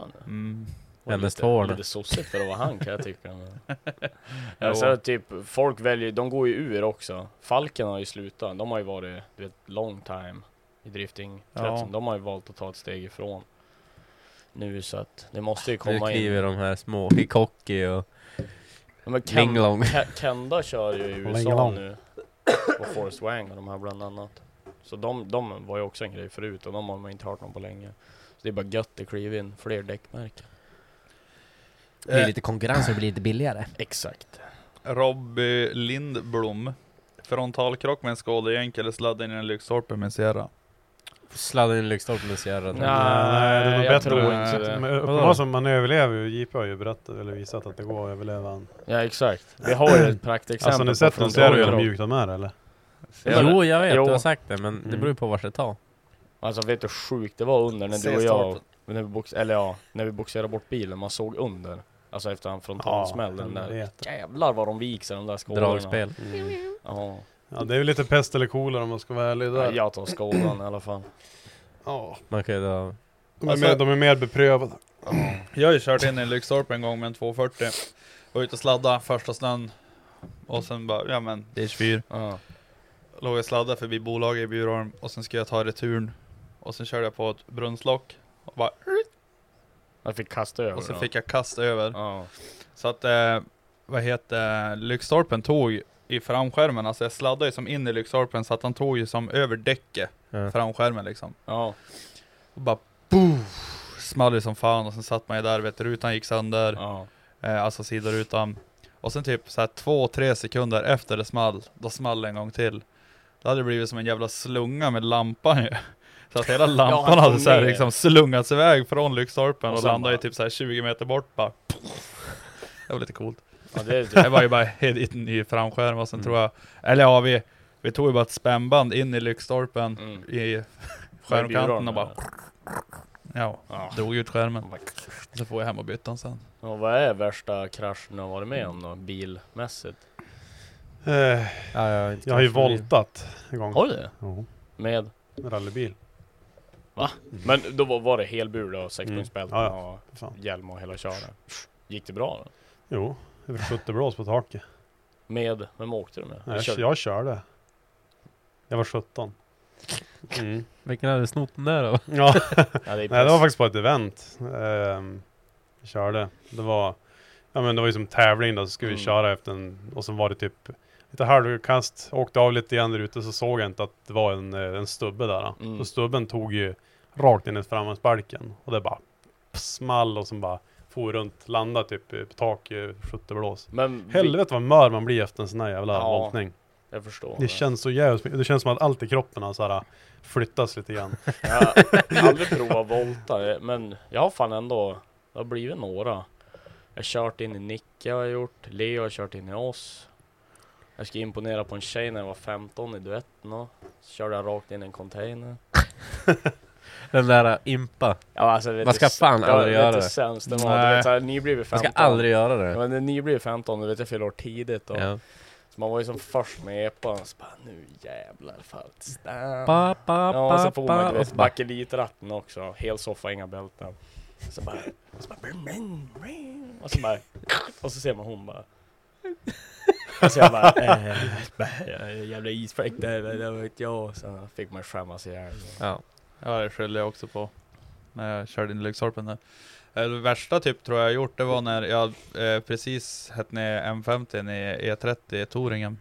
NS2. Lite sossigt för att vara han kan jag tycka. Alltså typ, folk väljer, de går ju ur också. Falken har ju slutat, de har ju varit long time i drifting. Ja. De har ju valt att ta ett steg ifrån nu, så att det måste ju komma in. Nu skriver de här små Hikoki och Linglong. Kenda kör ju i USA nu på Forest Wang och de här bland annat. Så de var ju också en grej förut och de har man inte hört någon på länge. Så det är bara gött att kliva in fler däckmärken. Det blir lite konkurrens och det blir lite billigare. Exakt. Robbie Lindblom. Frontalkrock med en skådejänk eller sladd in i en lyktstolpe med Sierra. sladda in lyktstolpen och Sierra. Nej, det är nog jag bättre. tror inte det. Men uppenbarligen som man överlever ju. JP har ju berättat eller visat att det går att överleva. Ja, exakt. Vi har ju ett praktexempel. Alltså ni sett den serien hur mjukt de är eller? Jo, jag vet, Jo. du har sagt det, men det beror ju på vart det tar. Alltså vet du hur sjukt det var under när du och jag, när vi boxerade bort bilen, man såg under. Alltså efter en frontalsmäll, den där. Jävlar vad de viks de där skålarna. Dragspel. Ja. Ja, det är ju lite pest eller kolera om man ska vara ärlig där. Jag tar skådan i alla fall. Ja. Man kan ju då... De är mer beprövade. Jag har ju kört in i Lyckstorp en gång med en 240. Var ute och sladda första snön. Och sen bara, ja men det är 24. Låg jag sladda förbi bolaget i Bjurholm. Och sen ska jag ta return. Och sen körde jag på ett brunnslock. Och bara... Jag fick kasta över. Och så fick jag kasta över. Ja. Så att, Lyckstorpen tog i framskärmen. Alltså jag sladdade ju som in i Lyckstorpen. Så att han tog ju som över däcket. Framskärmen liksom. Ja. Och bara small det som fan. Och sen satt man ju där, vet du, rutan gick sönder. Ja. Alltså sidorutan. Och sen typ så här 2-3 sekunder efter det small, då small en gång till. Det hade blivit som en jävla slunga med lampan ju. Så att hela lampan hade så här liksom slungats iväg från Lyckstorpen och landade ju typ så här 20 meter bort bara. Det var lite coolt. Ja, det var ju bara helt i framskärm och sen tror jag, eller ja, vi tog ju bara ett spännband in i Lyckstorpen i skärmkanten och bara drog ut skärmen. Så får jag hem och byta den sen. Och vad är värsta kraschen du har varit med om då, bilmässigt? Jag har ju voltat en gång. Har du det? Ja. Med rallybil. Va? Men då var det helbur då, 6-punktsbälten ja. och hjälm och hela kören. Gick det bra då? Jo, det var 70 blås på taket. Vem åkte du med? Jag körde. Jag var 17. Vilken hade snott den där då? Ja. Nej, det var faktiskt på ett event. Jag körde. Det var ju som tävling då, så skulle vi köra efter och så var det typ lite halvkast, åkte av lite igen där ute, så såg jag inte att det var en stubbe där. Så stubben tog ju rakt in i framhjulsbalken och det bara small och som bara for runt, landa typ på tak 70 blås. Men helvete vad mör man blir efter en sån här jävla voltning. Jag förstår. Det känns så jävligt. Det känns som att allt i kroppen har så här flyttas lite grann. Jag har aldrig provat volta, men jag har fan ändå, det har blivit några. Jag har kört in i Nicke har jag gjort, Leo har kört in i oss. Jag ska imponera på en tjej när jag var 15 i duetten och körde jag rakt in i en container. Den där impa. Ja, alltså, man ska fan aldrig göra det. Sämst det var, du vet, såhär, nyblivet 15. Man ska aldrig göra det. Ja, men det är nyblivet 15, du vet jag fyller år tidigt och så man var ju som först med epan så bara, nu jävlar falt. Ja, så får man ju bakelitratten också, hel soffa, inga bälten. Så bara och så ser man hon bara. Så jag bara jävla isfläck där, det vet jag. Så fick man skämmas ihjäl. Ja, det skyllde jag också på när jag körde in i Lyckstorpen där. Det värsta typ tror jag gjort, det var när jag precis hette ner M50 i E30 i Toringen.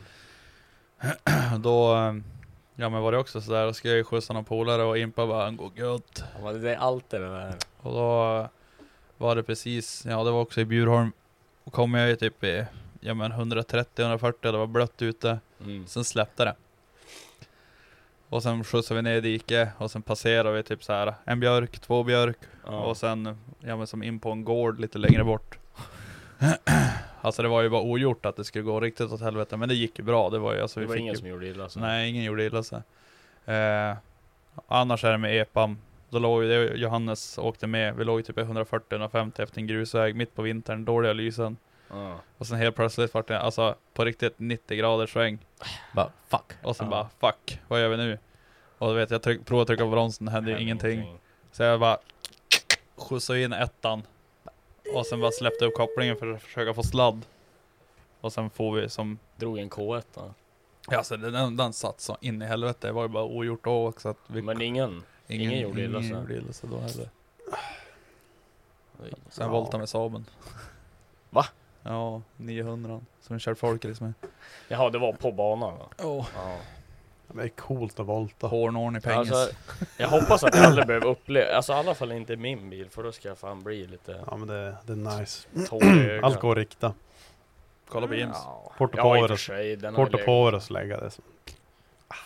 Då men var det också sådär, då ska jag ju skjutsa någon polare och impa bara, han går gött. Ja, det är alltid det där. Och då var det precis, det var också i Bjurholm. Och kom jag ju typ i 130-140, det var blött ute. Sen släppte det. Och sen skjutsade vi ner i diket och sen passerade vi typ så här en björk, 2 björk och sen som in på en gård lite längre bort. Alltså det var ju bara ogjort att det skulle gå riktigt åt helvete, men det gick ju bra. Det var ju alltså, det var ingen som gjorde illa så. Nej, ingen gjorde illa så. Annars är det med epan. Då låg det, Johannes åkte med. Vi låg typ 140-150 efter en grusväg mitt på vintern, dåliga lysen. Och sen helt plötsligt var det alltså på riktigt 90 graders sväng. Bara fuck. Och sen bara fuck, vad gör vi nu? Och då vet jag provade att trycka på bromsen, det hände ingenting. Så jag bara skjutsade in ettan. Och sen bara släppte upp kopplingen för att försöka få sladd. Och sen får vi som drog en K1 då. Ja, så den satt så in i helvete. Det var ju bara ogjort då också att vi... Men ingen gjorde illa så då heller. Sen voltade med Saben. Va? Ja, 900 som en kör folkrace med. Jaha, det var på banan va? Ja. Det är coolt att volta. Hårnorn i pengens. Alltså, jag hoppas att jag aldrig behöver uppleva, alltså i alla fall inte min bil, för då ska jag fan bli lite... Ja, men det är nice. Allt går rikta. Kolla på Jims. Porto Power och lägga det.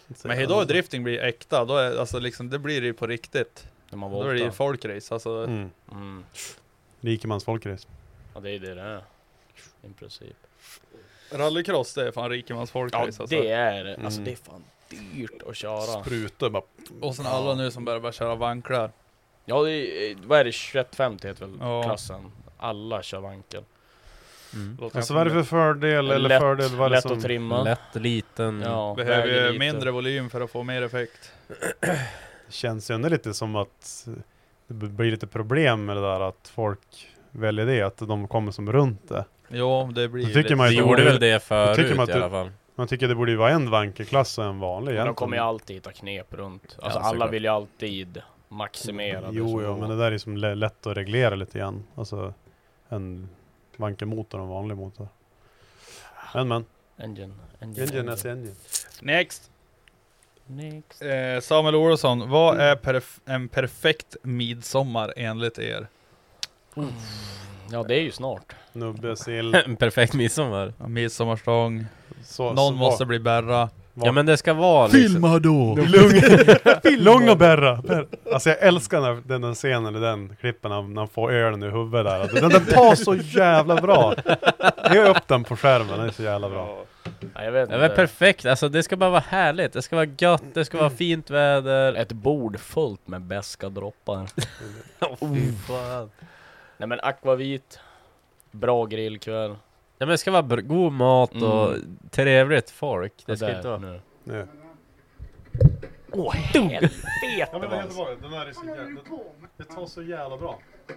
Men hej då drifting blir äkta, då är, alltså liksom, det blir ju på riktigt. Då är det ju folkrace, alltså. Rikemans folkrace. Ja, det är det är. I princip. Rallycross, det är fan rikemans folkrace. Ja, det är alltså det är fan dyrt att köra. Sprutor bara. Och sen alla nu som börjar köra vanklar. Ja, det är, vad är det? 2150 heter väl klassen. Alla kör vankel. Alltså vad är det för fördel eller lätt, fördel? Vad lätt som... att trimma. Lätt, liten. Ja, behöver ju mindre volym för att få mer effekt. Det känns ju ändå lite som att det blir lite problem med det där att folk väljer det, att de kommer som runt det. Jo, det blir ju lite. Det gjorde väl det förut man i alla fall. Man tycker det borde ju vara en vankelklass och en vanlig. Men de kommer ju alltid hitta knep runt. Alltså Ja, alla vill ju alltid maximera. Jo, men det där är som lätt att reglera lite grann. Alltså en vankelmotor och en vanlig motor. Men. Engine. Next. Samuel Olsson, vad är en perfekt midsommar enligt er? Ja, det är ju snart. Nubbe, sill. En perfekt midsommar. Midsommarstång. Någon måste bli bärra. Ja, men det ska vara liksom... Filma då! Lång och bärra. Alltså jag älskar den scenen i den klippen när han får ölen i huvudet där. Alltså, den tar så jävla bra. Jag upp den på skärmen, den är så jävla bra. Ja, jag vet inte. Det är perfekt, alltså det ska bara vara härligt. Det ska vara gött, det ska vara fint väder. Ett bord fullt med beska droppar. Fan. Nej, men akvavit. Bra grillkväll. Ja, men det ska vara god mat och trevligt folk. Det ska inte vara... Nu. Åh, helvete! Ja, men det är helt bra. Den här är så jävla... Det tar så jävla bra.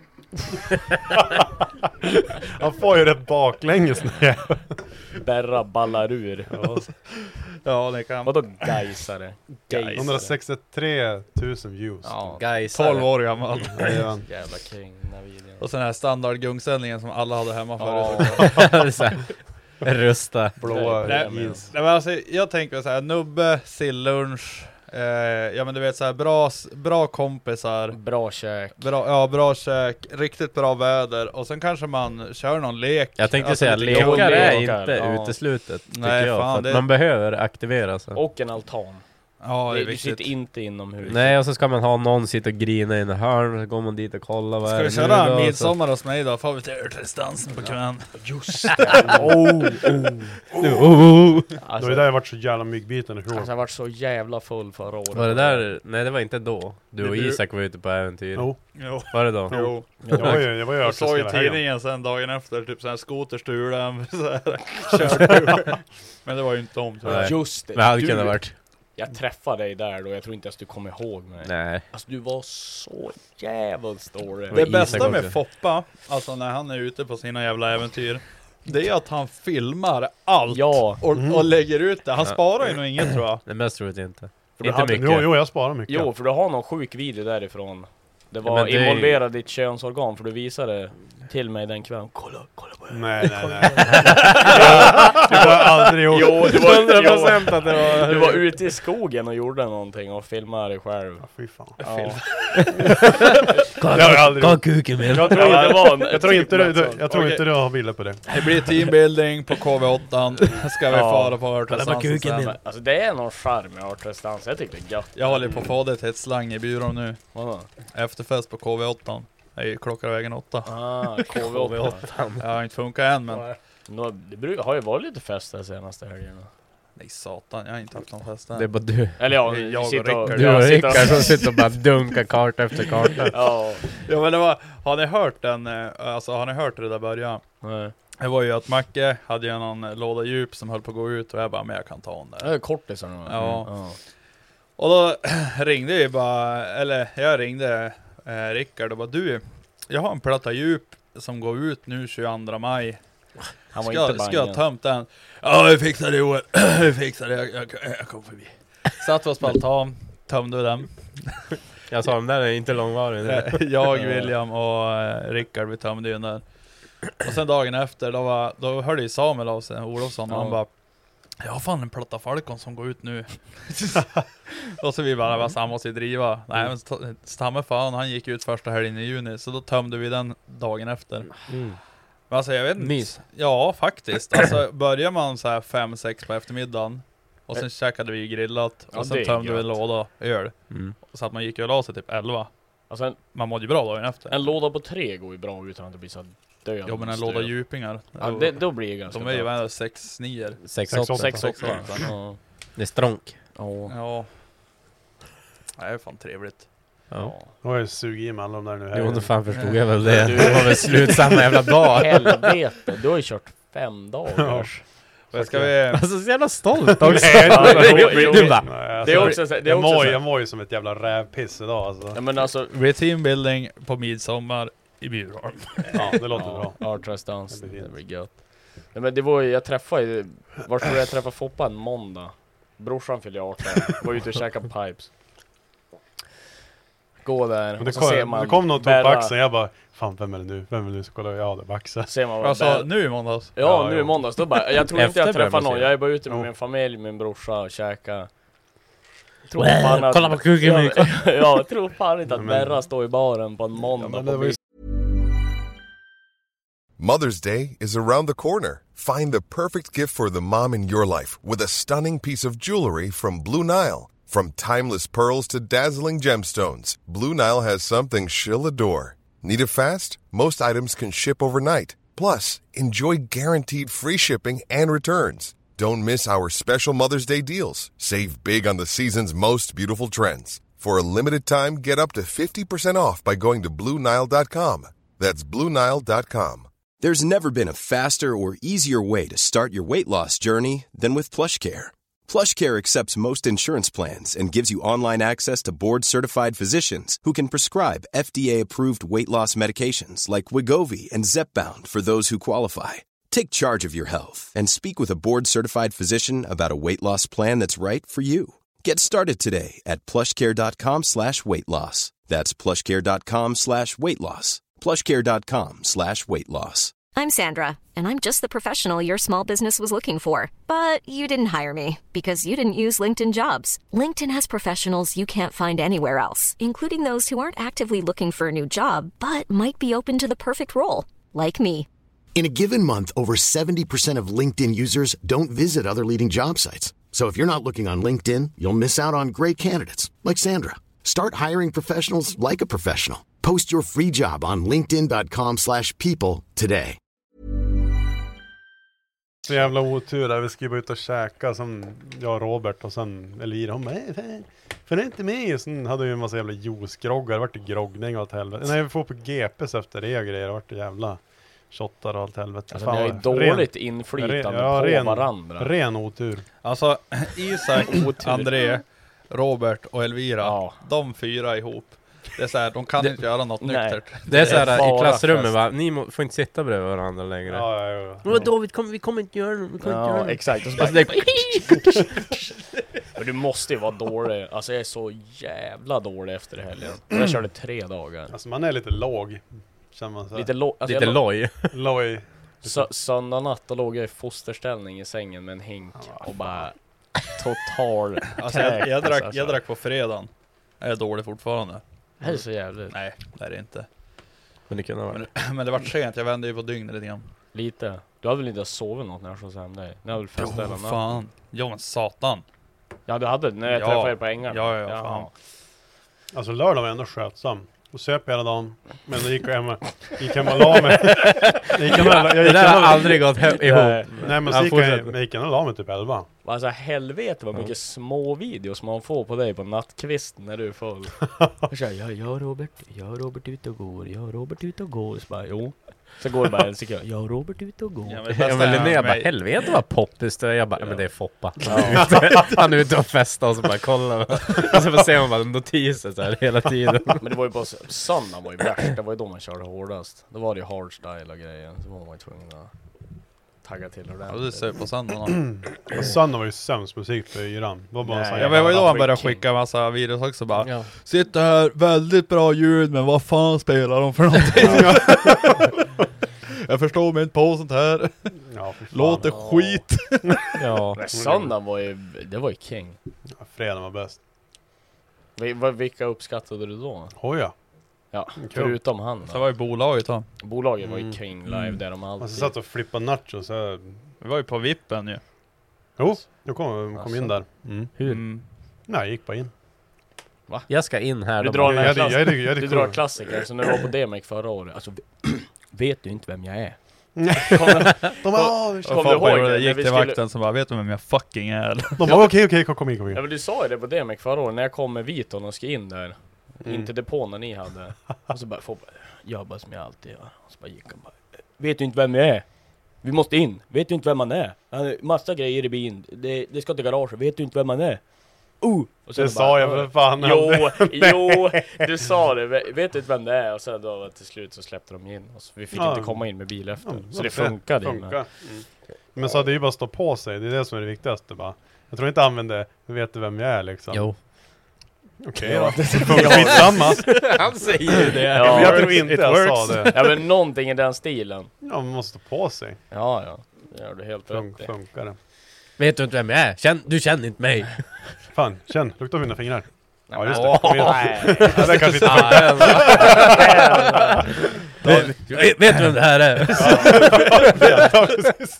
Han får ju rätt baklänges när Berra ballar ur. Ja, det kan. Vadå gaisare? 163 000 views. Ja, Guys, 12 år gammal. jävla king den här videon. Och sen den här standard gungställningen som alla hade hemma förut. Rusta. Blåa Nej, men alltså, jag tänker så här, nubbe, sillunch, ja men du vet så här, bra kompisar, Bra käk. bra käk, riktigt bra väder, och sen kanske man kör någon lek. Jag tänkte alltså, säga, lite lekar är lekar, inte ja. uteslutet, Nej, tycker jag. fan, För att man behöver aktivera sig. Och en altan. Ja, det är Du viktigt. sitter inte inomhus. Nej, och så ska man ha någon sitta och grina i en hörn, så går man dit och kollar vad Ska är vi det köra nu då? midsommar hos mig då? Får vi till örtdistansen på kvällen. Just det. Då Alltså, är det där varit så jävla myggbiten. alltså jag varit så jävla full förra året. Var det där? Nej, det var inte då. Du och Isak var ute på äventyr. Jo. Var det då? Jo. Jag var ju Jag såg i hela helgen. tidningen sen dagen efter, typ såhär skoterstulen, körde. Men det var ju inte om, tror jag. Nej. Just det. Men hade Du, kunnat varit. jag träffade dig där då, jag tror inte ens du kommer ihåg mig. Nej. Alltså du var så jävligt stor. var Det Isak bästa med också. Foppa, alltså när han är ute på sina jävla äventyr, det är att han filmar allt Ja. och lägger ut det. Han sparar ju nog inget, tror jag. Det mest troligt inte. du Inte hade- mycket. Jo, jag sparar mycket. Jo, för du har någon sjuk video därifrån. Det var men det är ju- involverad ditt könsorgan, för du visade till mig den kvällen. Kolla på det. Nej. Det var jag aldrig gjort. Jo, du var, 100% att det var... du var ute i skogen och gjorde någonting och filmade dig själv. Fy fan. Ja. Det har jag aldrig gjort. kuken med. Jag tror inte du har bilder på det. Det blir teambuilding på KV8. Ska vi Ja. fara på örtdistansen sen. Alltså det är någon charm med artrestans. Jag tycker det är gött. Jag håller på att få det till ett slang i byrån nu. Vadå? Efterfest på KV8. Jag klockar vägen 8. KV8. Jag har inte funkat än, men... Det har ju varit lite fest där senaste helgerna. Nej satan, jag har inte haft någon fest än. Det är bara du. Eller ja, Det är jag och sitter Rickard. Du och sitter Rickard som sitter och bara dunkar karta efter karta. Ja. Ja, men det var... Har ni hört den? Alltså har ni hört det där början? Nej. Det var ju att Macke hade ju någon låda djup som höll på att gå ut och jag bara, men jag kan ta den Det där. är kortisar. Ja. Och då ringde jag bara, eller jag ringde Rickard och bara, du, jag har en platta djup som går ut nu 22 maj. Han var inte Ska jag bangen. tömt den? Ja, vi fixar det Joel. Vi fixar det, jag kom förbi. Satt oss på altan, tömde den. Jag sa, den där är inte långvarig. Jag, William och Rickard, vi tömde ju den där. Och sen dagen efter, då hörde ju Samuel av sig, Olofsson, och han bara, jag har fan en platta Falcon som går ut nu. Och så vi bara, han måste ju driva. Nej, men stamme fan, han gick ut första helgen i juni, så då tömde vi den dagen efter. Men alltså jag vet inte. Mys. Ja, faktiskt. Alltså börjar man så här 5-6 på eftermiddagen, Och sen käkade vi grillat. Ja, Och sen tömde vi en låda öl. Så att man gick och la sig typ 11. Alltså man mådde ju bra dagen efter. En låda på 3 går ju bra utan att det blir så död. Jo men en låda djupingar. Ja, då blir det ganska bra. De är ju 6-9. 6-8. Det är stronk. Ja. Det är fan trevligt. Ja. Nu har jag sugit i med alla de där nu. Jo, då fan förstod jag väl det. Det var väl slut samma jävla dag. Helvete, du har ju kört 5 dagar. Ska vi... Alltså så jävla stolt också. Jag mår ju som ett jävla rävpiss idag alltså. Ja, men alltså vi är teambuilding på midsommar i Bjurholm. Ja, det låter bra. Artrestans, det blir gött. Ja, men det var ju, jag träffade vart tror jag träffade Foppa en måndag. Brorsan fyllde 18, var ute och käkade pipes. Gå där, och så ser man det kom någon tog Baxen, jag bara fan vem är det nu? Vem är det nu? Så kollar jag, det är Baxen. Ser man alltså nu i måndags? Ja, nu i måndags. Då bara, jag tror inte jag träffar någon, jag är bara ute med min familj, min brorsa och käka. Kolla på kuken. Jag tror fan inte att Berra står i baren på en måndag. Mother's Day is around the corner. Find the perfect gift for the mom in your life with a stunning piece of jewelry from Blue Nile. From timeless pearls to dazzling gemstones, Blue Nile has something she'll adore. Need it fast? Most items can ship overnight. Plus, enjoy guaranteed free shipping and returns. Don't miss our special Mother's Day deals. Save big on the season's most beautiful trends. For a limited time, get up to 50% off by going to BlueNile.com. That's BlueNile.com. There's never been a faster or easier way to start your weight loss journey than with PlushCare. PlushCare accepts most insurance plans and gives you online access to board-certified physicians who can prescribe FDA-approved weight loss medications like Wegovy and Zepbound for those who qualify. Take charge of your health and speak with a board-certified physician about a weight loss plan that's right for you. Get started today at plushcare.com/weightloss. That's plushcare.com/weightloss. plushcare.com/weightloss. I'm Sandra, and I'm just the professional your small business was looking for. But you didn't hire me because you didn't use LinkedIn Jobs. LinkedIn has professionals you can't find anywhere else, including those who aren't actively looking for a new job, but might be open to the perfect role, like me. In a given month, over 70% of LinkedIn users don't visit other leading job sites. So if you're not looking on LinkedIn, you'll miss out on great candidates like Sandra. Start hiring professionals like a professional. Post your free job on linkedin.com/people today. Så jävla otur där, vi skulle bara ut och käka som jag och Robert och sen Elvira, hon bara, för det är inte med. Sen hade vi en massa jävla juicegroggar, det vart det groggning och allt helvete. Nej, vi får på GPs efter det och grejer, det vart det jävla shottar och allt helvete. Alltså ni har ju dåligt inflytande på varandra. Ren otur. Alltså Isak, André, Robert och Elvira, de 4 ihop. Det är så här, de kan inte göra något nyktert. Det är så här i klassrummet va, ni får inte sitta bredvid varandra längre. Ja. Men David, vi kommer inte göra det. Exakt. Men du måste ju vara dålig. Alltså jag är så jävla dålig efter helgen. Jag körde 3 dagar. Alltså man är lite låg. Känner man så. Lite loj. Loj. Söndag natt då låg jag i fosterställning i sängen med en hink och bara total alltså jag drack på fredagen. Jag är dålig fortfarande. Det är så jävligt. Nej, det är det inte. Men det kunde vara. Men det var sent, jag vände ju på dygnet lite grann. Lite. Du hade väl inte sovit något när jag såg hem dig? Ni hade väl festat hela natten? Fan. Ja men satan. Ja du hade när jag träffade er på ängarna. Ja, fan. Alltså lördag var jag ändå skötsam. Och söp hela dagen. Men då gick jag hem och la mig. Det där har aldrig gått ihop. Nej men så gick jag och la mig typ 11. Alltså helvete vad mycket små videos man får på dig på nattkvisten när du är full. Jag och Robert ut och går. Jag och Robert ut och går. Så bara, jo. Så går det bara en sekund. Jag och Robert ut och går. Ja men Linnea bara, helvete vad poppis det är. Jag bara, men det är Foppa. Han är ute och festar och så bara kolla. Och så ser man bara notiser så här hela tiden. Men det var ju på söndag var ju värst. Det var ju då man körde hårdast. Då var det ju hardstyle och grejer. Så var man ju tvungen att tagga till och det ser på söndagen. Söndag var ju sämst musik på yran. Jag var ju då han började skicka en massa videos också bara. Sitter här, väldigt bra ljud, men vad fan spelar de för någonting? Jag förstår mig inte på sånt här. Låter skit. Men söndagen var ju, det var ju king. Ja, fredagen var bäst. Vilka uppskattade du då? Hoja. Ja, förutom han. Så var ju bolaget då. Bolaget var ju king live där de alltid. Och så satt och flippade nachos. Vi var ju på vippen ju. Jo, jag kom in där. Hur? Nej, jag gick bara in. Va? Jag ska in här. Du drar, jag drar klassiker, så när du var på DMX förra året, alltså vet du inte vem jag är? Kom du ihåg det? Gick till vakten som bara, vet du vem jag fucking är? De bara, okej, kom in. Ja, men du sa ju det på DMX förra året, när jag kom med Viton och ska in där. Inte depån när ni hade. Och så bara, jag bara som jag alltid gör. Och så bara gick han bara, vet du inte vem jag är? Vi måste in, vet du inte vem man är? Massa grejer i bilen, det ska till garaget, vet du inte vem man är? Och det sa jag för fan. Jo, du sa det, vet du inte vem det är? Och sen då till slut så släppte de in oss. Vi fick inte komma in med bil efter. Så det funkade. Men så det är ju bara att stå på sig, det är det som är det viktigaste bara. Jag tror inte använde, vet du vem jag är liksom. Jo. Okej, det funkar skitsamma. Han säger ju det. Ja, jag tror inte jag sa det. Ja, men någonting i den stilen. Ja, man måste stå på sig. Ja. Det gör det helt rätt. Funkar det. Vet du inte vem jag är? Du känner inte mig. Fan, lukta mina fingrar. Ja, just det. Det kanske inte vet du vem det här är? Ja, precis.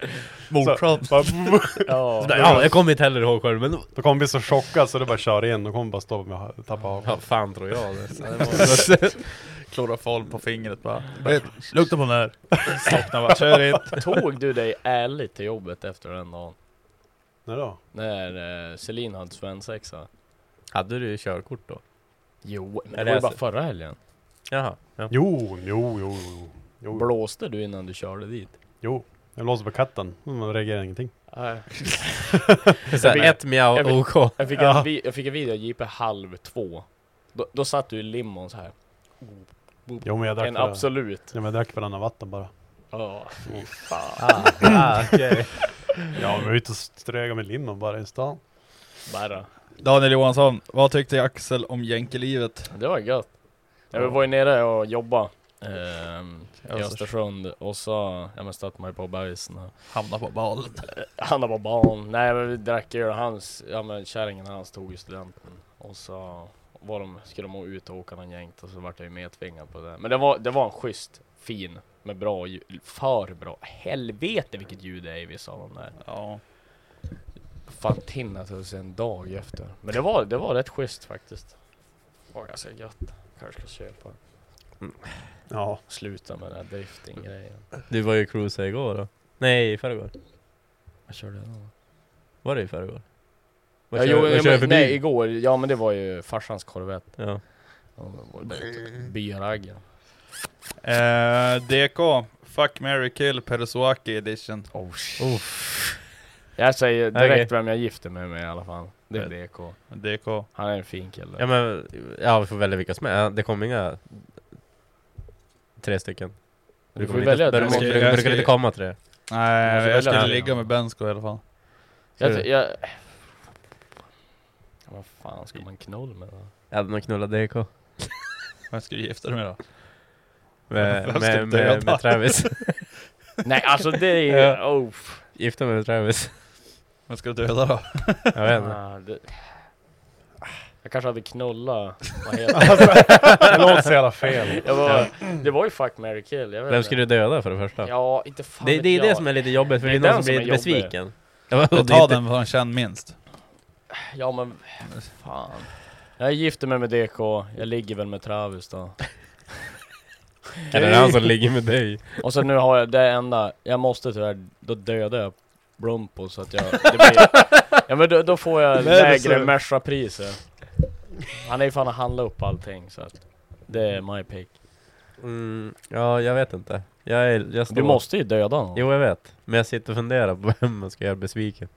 Ja, jag kommer inte heller ihåg själv, men då kommer vi så chockad så det bara kör igen. Då kommer bara stå med att tappa av. Ja, fan tror jag det. Klorofol på fingret bara. Lukta på den här. Slockna bara, kör in. Tog du dig ärligt till jobbet efter den dagen? När då? När Celine hade svensexa. Hade du körkort då? Jo, men det var bara förra helgen. Jaha. Ja. Jo. Blåste du innan du körde dit? Jo, jag blåste på katten. Man reagerar ingenting. Nej. Ett mjau OK. Jag fick en video JP 1:30. Då satt du i limon så här. Jo, men jag drack absolut. Ja, men jag drack varannan vatten bara. Fy fan. Okay. Ja, vi var ute och ströga med limon bara i stan. Bara. Daniel Johansson, vad tyckte Axel om jänkelivet? Det var gött. Jag var ju nere och jobbade i Östersund. Och så stötte man ju på bergsen. Hamna på balen. Nej, men vi drack ju hans. Ja, men kärringen hans tog ju studenten. Och så skulle de ut och åka någon gängt. Och så vart jag ju medtvingad på det. Men det var en schysst, fin, med bra ljud. För bra. Helvete vilket ljud det är i vissa av dem där. Ja. Fan tinna till en dag efter. Men det var rätt schysst faktiskt. Det var ganska gött. Kanske ska köpa. Ja. Sluta med den här drifting-grejen. Du var ju cruisa igår då? Nej, i förrgår. Jag körde då. Var det i förrgår? Nej, igår. Ja, men det var ju farsans Corvette. Ja. Byraggen. DK. Fuck, Marry, Kill, Persuaki edition. Jag säger direkt vem jag gifter mig med i alla fall. Det är DK. Han är en fin kille. Ja, men vi får välja vilka som är. Det kommer inga 3 stycken. Du får välja. Brukar inte komma 3. Nej, jag skulle ligga med Bensko i alla fall. Vad fan ska man knulla med då? Jag hade nog knullat DK. Vad ska du gifta dig med då? Med Travis. Nej, alltså det är Gifta mig med Travis. Vad ska du döda då? Jag vet inte. Jag kanske hade knullat. Det låter så jävla fel. Det var ju fuck, marry, kill. Vem skulle du döda för det första? Ja, inte fan. Det är det som är lite jobbigt, för det är någon som blir besviken. Ta den vad han känner minst. Ja, men fan. Jag gifter mig med DK. Jag ligger väl med Travis då. Är det han som ligger med dig? Och så nu har jag det enda. Jag måste tyvärr. Då dödar jag Brumpo så att det blir, ja, men då får jag lägre Merca-priser. Han är ju fan att handla upp allting, så att det är my pick. Ja, jag vet inte. Du måste ju döda någon. Jo, jag vet. Men jag sitter och funderar på vem man ska göra besviken.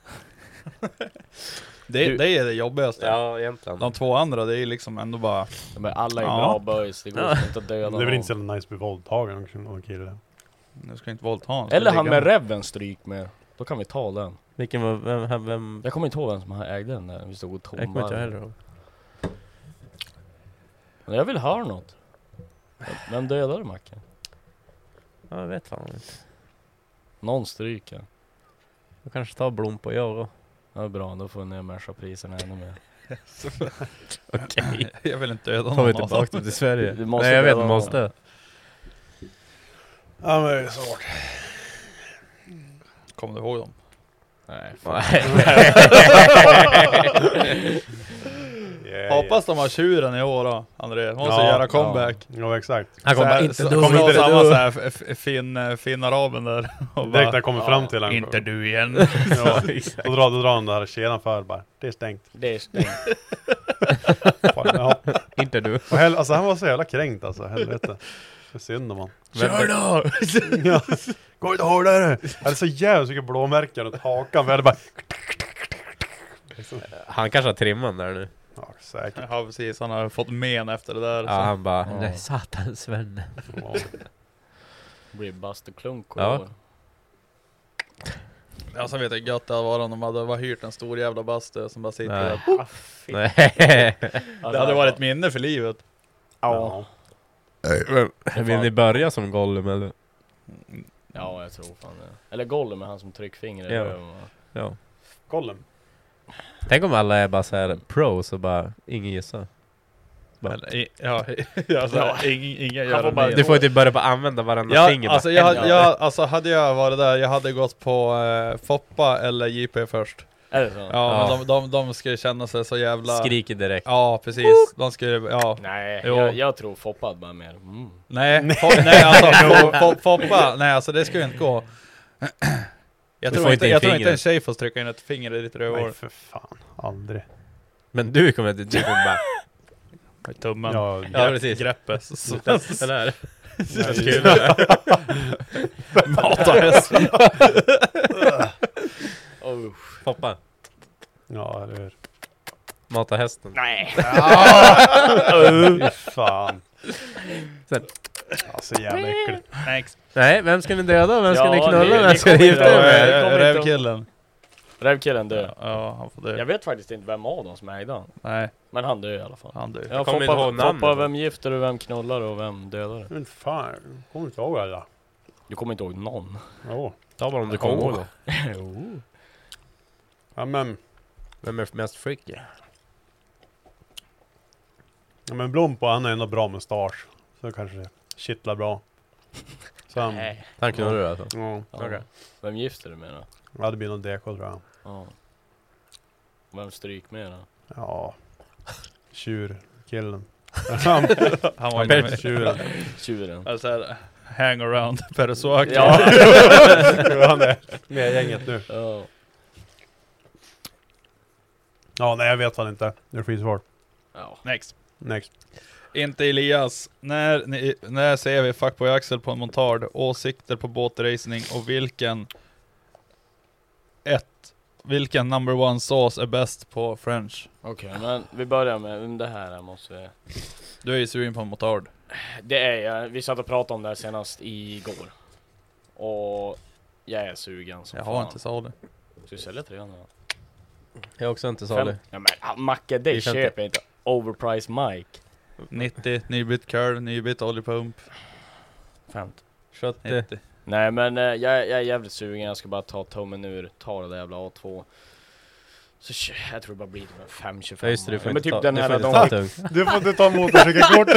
Det är det jobbigaste. Ja, egentligen. De 2 andra, det är liksom ändå bara... Men alla är bra boys, det går inte att döda. Det är väl inte så nice att bli våldtagen och kille. Nu ska inte våldta. Eller han med Reven stryk med. Då kan vi ta den. Vilken var, vem? Jag kommer inte ihåg vem som ägde den där. Vi stod och tomma. Jag kommer inte heller ihåg. Men jag vill höra något. Vem dödade Mackan? Ja, jag vet fan inte. Någon stryker. Jag kanske tar Blom på jag då. Ja, bra. Då får ni märsa priserna ännu mer. Okej. Jag vill inte döda någon. Tar vi tillbaka till Sverige? Nej, jag vet, måste. Ja, men det är svårt. Kommer du ihåg dem? Nej. Hoppas de har tjuren i år då, André. Måste göra comeback. Ja, exakt. Han kommer inte du. Kommer inte samma såhär fin-araben där. Direkt när jag kommer fram till honom. Inte du igen. Ja, då drar han där kedjan för bara. Det är stängt. Det är stängt. Ja. Inte du. Och alltså han var så jävla kränkt alltså, helvete. Det är synd om han. Kör då! Ja. Gå inte hårdare! Jag hade så jävla mycket blåmärken runt hakan. Vi hade bara... Han kanske har trimman där nu. Ja, säkert. Ja, precis. Han har fått men efter det där. Ja, han bara... Den där satans vänner. Ja. Det blir Buster Klunk. Ja. Ja, så vet jag gött det var om de hade hyrt en stor jävla bastu som bara sitter där. Nej. Det hade varit ett minne för livet. Ja. Vill ni börja som Gollum eller? Ja, jag tror fan det. Eller Gollum med han som tryckfinger. Ja. Ja. Gollum. Tänk om alla är bara så här pros och bara ingen gissar. Ingen gör bara, du får ju typ börja på använda varandra finger. Alltså, hade jag varit där, jag hade gått på Foppa eller JP först. Är det så? Ja, men de skulle känna sig så jävla... Skriker direkt. Ja, precis. De skulle, Nej, jag tror Foppa bara mer. Nej, alltså Foppa, nej alltså det skulle inte gå. Jag tror inte en tjej får trycka in ett finger i ditt rövhål. Nej, för fan. Aldrig. Men du kommer bara... Tummen. Ja, precis. Greppet. Den här. Mata hästen. Foppa. Ja, eller hur? Mata hästen. Nej. Fan. Sen. Alltså jävla äckligt. Nej, vem ska ni döda? Vem ska ni knulla? Vem ska ni gifta med? Rävkillen. Rävkillen dör. Ja, han får dö. Jag vet faktiskt inte vem av dem som ägde han. Nej. Men han dör i alla fall. Han dör. Ja, Foppa, vem gifter du, vem knullar och vem dödar du? Men fan, jag kommer inte ihåg alla. Du kommer inte ihåg någon? Jo. Ta bara om du kommer ihåg då. Ja, men... Vem är mest freaky? Ja, men Blompo, han är ändå bra mustasch. Så kanske det kittlar bra. Så han knullar du alltså? Ja. Okay. Vem gifter du med då? Ja, det blir någon DK tror jag. Ja. Vem stryk med då? Ja. Tjurkillen. Han var inte med. Tjuren. Alltså här, hang around Persuak. Ja. Han är med gänget nu. Ja. Ja, nej jag vet fan inte. Det är skitsvårt. Ja. Next. Inte Elias. När ser vi Fuckboy Axel på en montard? Åsikter på båtracing och vilken number one sauce är bäst på French? Okej, men vi börjar med det här måste vi... Du är ju sugen på en motard. Det är jag. Vi satt och pratade om det här senast igår. Och jag är sugen som jag fan. har inte salig. Ska du sälja 300? Jag är också inte salig. Ja men Macke, det köper jag inte. Overpriced mic. 90, nybytt curve, nybytt oljepump. 50. 70. Nej men jag är jävligt sugen. Jag ska bara ta tummen ur, ta det där jävla A2. Så jag tror det bara blir typ 5-25. Ja, just det, du får men inte typ ta, den här du får inte ta motorcykelkort.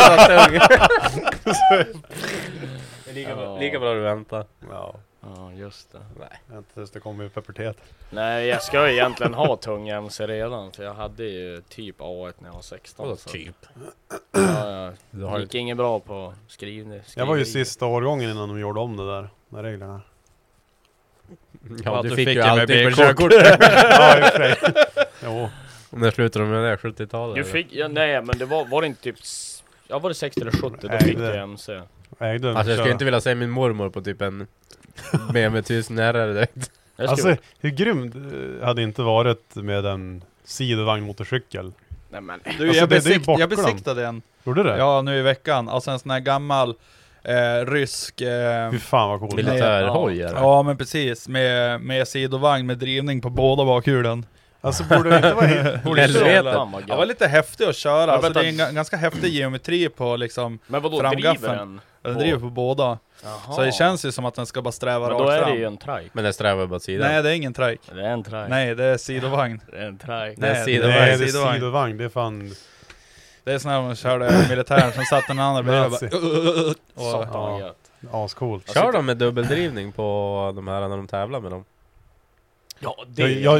Lika bra du väntar. Ja. Ja, just det. Nej, inte tills det kommer i peppertet. Nej, jag ska ju egentligen ha tung MC redan. För jag hade ju typ A1 när jag var 16. Så. Typ. Ja, jag gick inget bra på skrivning. Jag var ju sista årgången innan de gjorde om det där med reglerna. Ja, du fick ju alltid på körkort. Ja, i och för sig. Jo. När slutade de med det? 70-talet? Du fick, nej men det var inte typ... Ja, var det 60 eller 70? Då fick du MC. Ägde alltså jag skulle inte vilja se min mormor på typ en BMW 1000 RR direkt. Alltså hur grymt hade inte varit med en sidovagn motorcykel? Nej men du, alltså, jag besiktade en. Gjorde det? Ja, nu i veckan. Alltså en sån här gammal rysk fy fan vad coolt. Militärhoj. Ja, men precis med sidovagn med drivning på båda bakhjulen. Alltså borde det inte vara helt... Det var lite häftigt att köra. Alltså, det är en ganska häftig geometri på liksom. Men vadå, driver den? Den driver på båda. Jaha. Så det känns ju som att den ska bara sträva rakt fram. Men då är det ju en trike. Men den strävar bara sidan. Nej, det är ingen trike. Det är en trike. Nej, det är sidovagn. Det är en trike. Det är sidovagn. Det är fan... Det är sån här man körde militären som satt en annan bredvid och satan gött. Ascoolt. Kör de med dubbeldrivning på de här när de tävlar med dem? Ja, det jag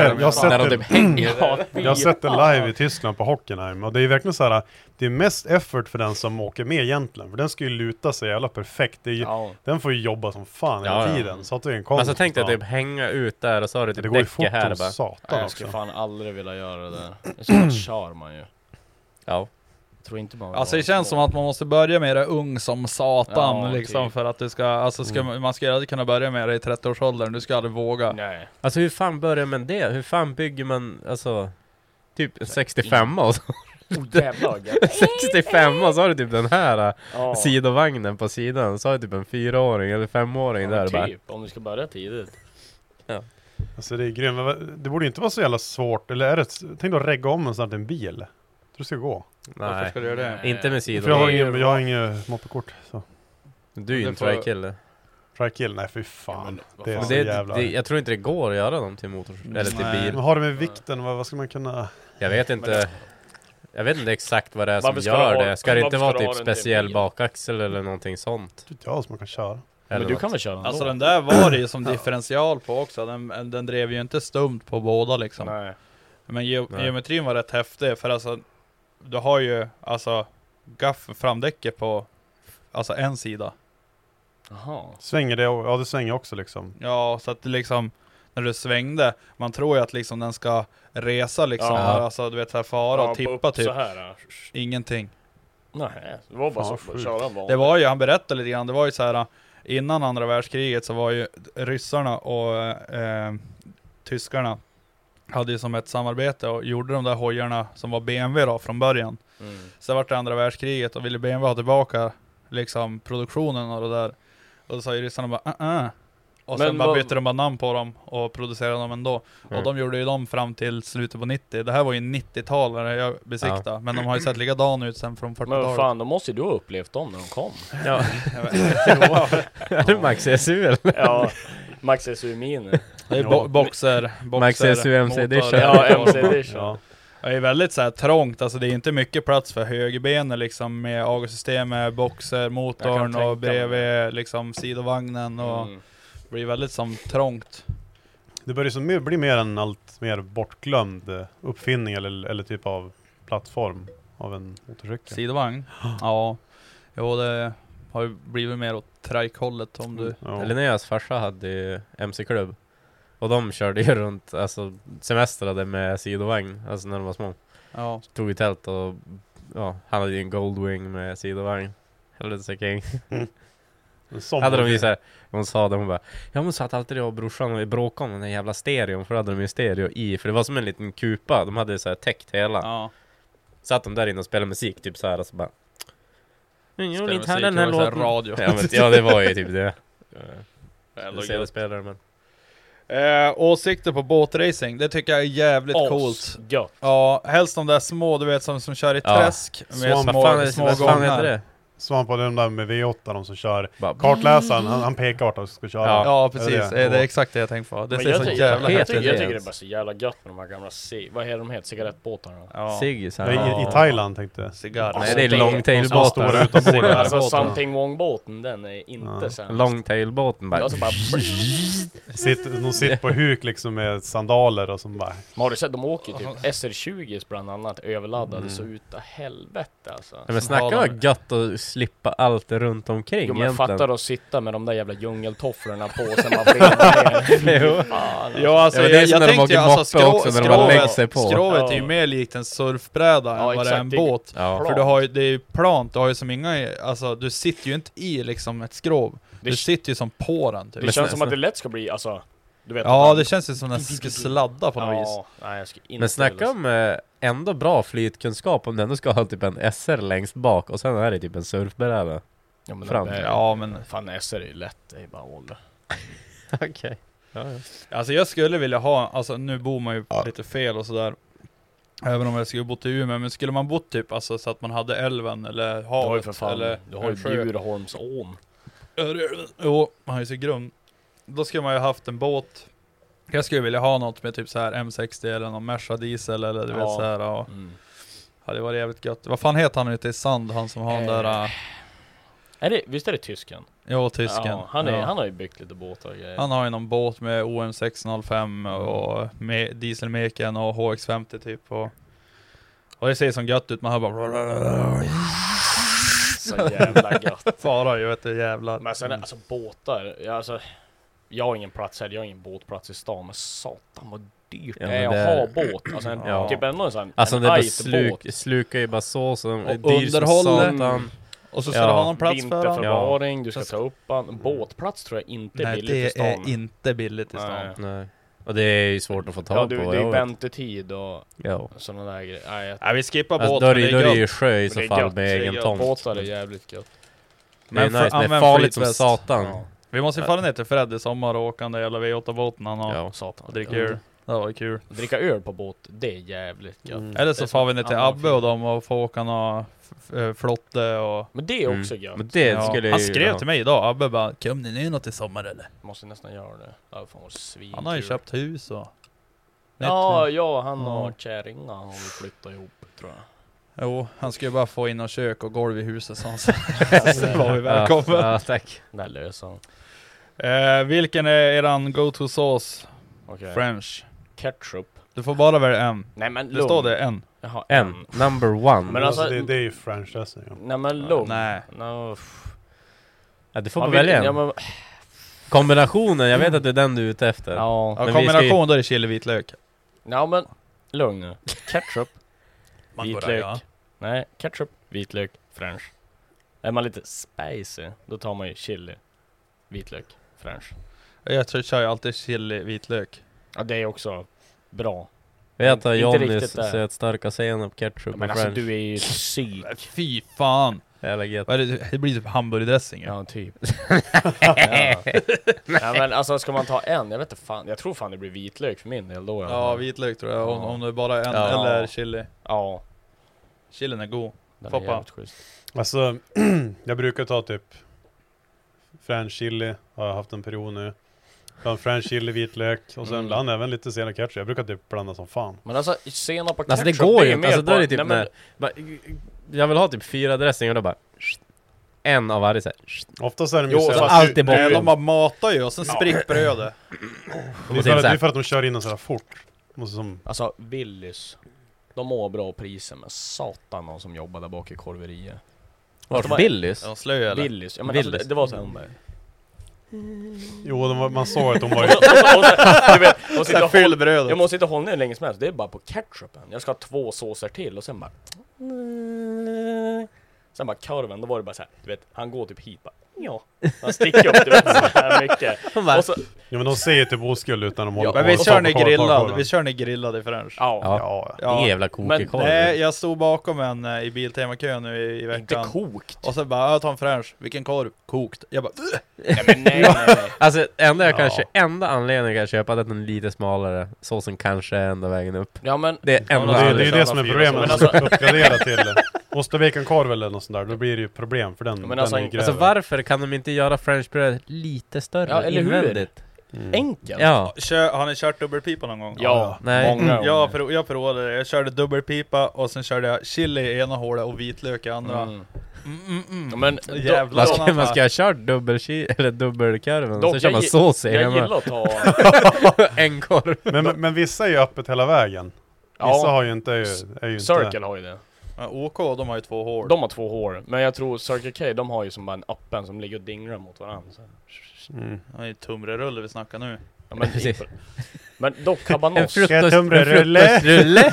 har sett det live i Tyskland på Hockenheim. Och det är verkligen så här, det är mest effort för den som åker med egentligen. För den ska ju luta sig jävla perfekt. Det är ju, den får ju jobba som fan hela tiden. Så att det är en konst. Alltså tänk dig typ hänga ut där och så har du typ det går ju fort här som satan. Jag skulle fan aldrig vilja göra det där. Så kör man ju. Ja. Tror inte man alltså det känns som att man måste börja med det ung som satan liksom, för att du ska, alltså man ska aldrig kunna börja med det i 30-årsåldern, du ska aldrig våga. Nej. Alltså hur fan börjar man det? Hur fan bygger man, alltså typ 65 och så? 65 och så har du typ den här sidovagnen på sidan, så har du typ en 4-åring eller 5-åring där typ, om du ska börja tidigt. Ja. Alltså det är grymt, det borde inte vara så jävla svårt, eller är det, tänk då regga om en sån här en bil. Du ska gå. Nej, ska du göra det? Inte med sidor. För jag har inget moppekort. Så. Du är ju en try-kille. Try-kill? Nej, fy fan. Det är så jävla... jag tror inte det går att göra dem till motor eller till bil. Men har det med vikten, vad ska man kunna... Jag vet inte. Jag vet inte exakt vad det är som gör det. Ska det inte vara typ speciell bakaxel eller någonting sånt? Ja, som man kan köra. Men du kan väl köra ändå? Alltså den där var det ju som differential på också. Den drev ju inte stumt på båda liksom. Nej. Men geometrin var rätt häftig, för alltså du har ju alltså framdäcket på alltså en sida. Jaha. Svänger det? Ja, det svänger också liksom. Ja, så att det liksom när du svängde, man tror ju att liksom den ska resa liksom, alltså du vet så här fara och tippa typ. Så här. Ingenting. Nej, det var bara så att köra vanligt. Det var ju, han berättade lite grann, det var ju så här innan andra världskriget så var ju ryssarna och tyskarna hade ju som ett samarbete och gjorde de där hojarna som var BMW då från början. Sen var det andra världskriget och ville BMW ha tillbaka liksom produktionen och det där. Och då sa ju ryssarna bara och sen bara bytte de bara namn på dem och producerade dem ändå. Och de gjorde ju dem fram till slutet på 90. Det här var ju 90-tal när jag besiktade. Men de har ju sett likadan ut sen från 40-talet. Men fan, då måste ju du ha upplevt dem när de kom. Ja. Är det Max SU eller? Ja, Max SU Mini. Det är boxer Max SU MC Edition. Ja, MC Edition. Ja. Det är väldigt så här trångt, alltså det är inte mycket plats för högerbenen liksom, med AG-system, med boxer, motorn och bredvid liksom sidovagnen och det blir väldigt som trångt. Det börjar som bli mer en allt mer bortglömd uppfinning eller typ av plattform av en motorcykel. Sidovagn? Ja. Jo, det har ju blivit mer åt trike-hållet om du... Ja. Linneas farsa hade MC-klubb. Och de körde ju runt, alltså semestrade med sidovagn, alltså när de var små. Ja. Tog i tält och han hade ju en Goldwing med sidovagn. Helvete så king. Hade de ju såhär, hon sa det, hon bara, hon satt alltid och brorsan och bråkade om den jävla stereon, för då hade de ju stereo i, för det var som en liten kupa, de hade så här täckt hela. Ja. Satt de där inne och spelade musik typ så här och så bara, jag vill inte musik, den här låten. Radio. Ja, det var ju typ det. CD-spelare, men åsikter på båtracing, det tycker jag är jävligt coolt. Gött. Ja, helst de där små, du vet, som kör i träsk med små gångar. Svamp på den där med V8, de som kör kartläsaren, han pekar vart de ska köra. Ja, precis. Det är exakt det jag tänkte på. Det ser så jävla jag tycker det är bara så jävla gött med de här gamla vad heter de heter? Cigarettbåtarna. Ja. I Thailand tänkte jag. Cigarr. Nej, det är longtailbåtar. Alltså Something Wong-båten, den är inte sämst. Longtailbåten bara. De sitter på huk liksom med sandaler och som bara... Har du sett, de åker typ SR20 bland annat överladdade så utav helvete alltså. Men snacka vad gött att slippa allt runt omkring. Jo, men egentligen. fattar att sitta med de där jävla djungeltofflorna på sen man blir Ja, alltså jag tänkte ju alltså skrovet är ju mer likt en surfbräda än vad det är en båt. För du har ju, det är ju plant, du har ju så många, alltså du sitter ju inte i liksom ett skrov. Du sitter ju som på den typ. Det känns som att det lätt ska bli, alltså du vet, det känns ju som att den ska sladda på något vis. Nej, jag ska inte. Men snacka om ändå bra flytkunskap om den ändå ska ha typ en SR längst bak och sen är det typ en surfbräda. Ja, men fram. Men fan, SR är ju lätt, det är bara ålder. Okej. Ja. Alltså jag skulle vilja ha, alltså nu bor man ju lite fel och sådär. Även om jag skulle bott i Umeå, men skulle man bott typ alltså så att man hade älven eller havet eller du har ju Bjurholmsån. Jo, man har ju så grund. Då skulle man ju haft en båt. Jag skulle vilja ha något med typ så här M60 eller någon Merca diesel eller du vet så här. Och det var jävligt gött. Vad fan heter han ute i Sand, han som har den där... Visst är det tysken? Ja, tysken. Ja, han har ju byggt lite båtar och grejer. Han har ju någon båt med OM 605 och med dieselmeken och HX50 typ. Och det ser som gött ut, man hör bara... Så jävla gött. Fara ju, vet du, jävlar. Men sen alltså båtar, jag har ingen plats här, jag har ingen båtplats i stan, men satan vad dyrt det är att ha båt. Alltså typ en sån alltså en det bara slukar ju bara så och underhåller. Och så ska du ha någon plats för vinterförvaring, du ska ta upp en båtplats tror jag inte är billigt i stan. Nej, det är inte billigt i stan. Nej. Och det är ju svårt att få tag på. Det är väntetid och sådana där grejer. Nej, vi skippar alltså, båten. Då är det ju sjö i så fall med egen tomt. Båtar är jävligt gött. Det är nice, det är farligt som satan. Ja. Vi måste ju fara ner till Fred i sommar och åka den där jävla V8-båten han har. Satan. Och dricka öl. Det var kul. Dricka öl på båt, det är jävligt gött. Eller så far vi ner till Abbe och dem och får åka några flotte och... Men det är också gött. Men det skulle han skrev till mig idag, Abbe bara, kom ni ner något i sommar eller? Måste nästan göra det. Ja, fan, svin. Han har ju köpt hus och... Ja, han och kärringa har vi flyttat ihop, tror jag. Jo, han ska ju bara få in och kök och golv i huset, så var vi välkommen. Ja, tack. Det löser han. Vilken är eran go-to-sås? Okay. French. Ketchup. Du får bara välja en. Nej men det står det en. Jaha, en. Number one. Men alltså, det är ju French dressing. Ja. Nej men lugn. Nej. No. Ja, du får bara välja en. Ja, men... Kombinationen, jag vet att det är den du är ute efter. Ja, kombination då är det chili vitlök. Ja men, lugn nu. Ketchup. Vitlök. Ja. Nej, ketchup, vitlök, french. Är man lite spicy, då tar man ju chili, vitlök, french. Jag kör ju alltid chili vitlök. Ja, det är också bra. Jag tar Johnnys sötstarka senap, ketchup och men french. alltså du är ju psyk. Fy fan. Det blir typ hamburgerdressing. Ja, typ. Ja, men alltså ska man ta en, jag vet inte fan. Jag tror fan det blir vitlök för min del då. Ja, vitlök tror jag. Om det är bara en eller chili. Ja. Chilin är god. Poppa. Alltså, jag brukar ta typ french chili, har jag haft en period nu. En french chili, vitlök och sen ibland även lite senap ketchup. Jag brukar typ blanda som fan. Men alltså senap och ketchup, alltså det går ju inte. Alltså då är det typ jag vill ha typ 4 dressing och då bara en av varje så här. Oftast är de ju så alltid bort. De bara matar ju och sen sprick brödet. Det är för att de kör in och så här fort. Alltså Willys, de har bra priser, men satan någon som jobbar där bak i korveriet. Var Willys? De slöj eller? Willys, ja men alltså, det var så här. Jo, man såg att de var jag måste inte hålla ner länge som helst. Det är bara på ketchupen. Jag ska ha 2 såser till och sen bara korven, då var det bara så här, du vet, han går typ hit bara, ja. Han sticker upp, du vet, så här mycket. Och så, ja, men de ser ju typ oskuld ut när de håller på. Men vi kör ni grillad i French. Ja. Det är jävla kokig. Nej, jag stod bakom en i Biltema-kön nu i veckan. Inte kokt. Och så bara, jag tar en French. Vilken korv? Kokt. Jag bara, nej. Alltså, enda anledningen jag kan köpa är att den är lite smalare. Såsen kanske är ända vägen upp. Ja, men det är ju det som är problemet. Men alltså, uppgradera till Ostavekenkorv eller något sånt där, då blir det ju problem för den. Men alltså varför kan de inte göra frenchbröd lite större invändigt? Enkelt. Ja. Har ni kört dubbelpipa någon gång? Ja, många gånger. Jag provade det. Jag körde dubbelpipa och sen körde jag chili i ena hålet och vitlök i andra. Men jävlar, man ska ha kört dubbelkarven så kör man sås i hemma. Jag gillar att ta en korv. Men vissa är ju öppet hela vägen. Vissa har ju inte... Circle har ju det. OK, de har ju 2 hål. De har 2 hål. Men jag tror Circle K, de har ju som bara en appen som ligger och dingrar mot varandra. Det är ju tumrerulle vi snackar nu. Ja, men dock cabanos. En frukostrulle.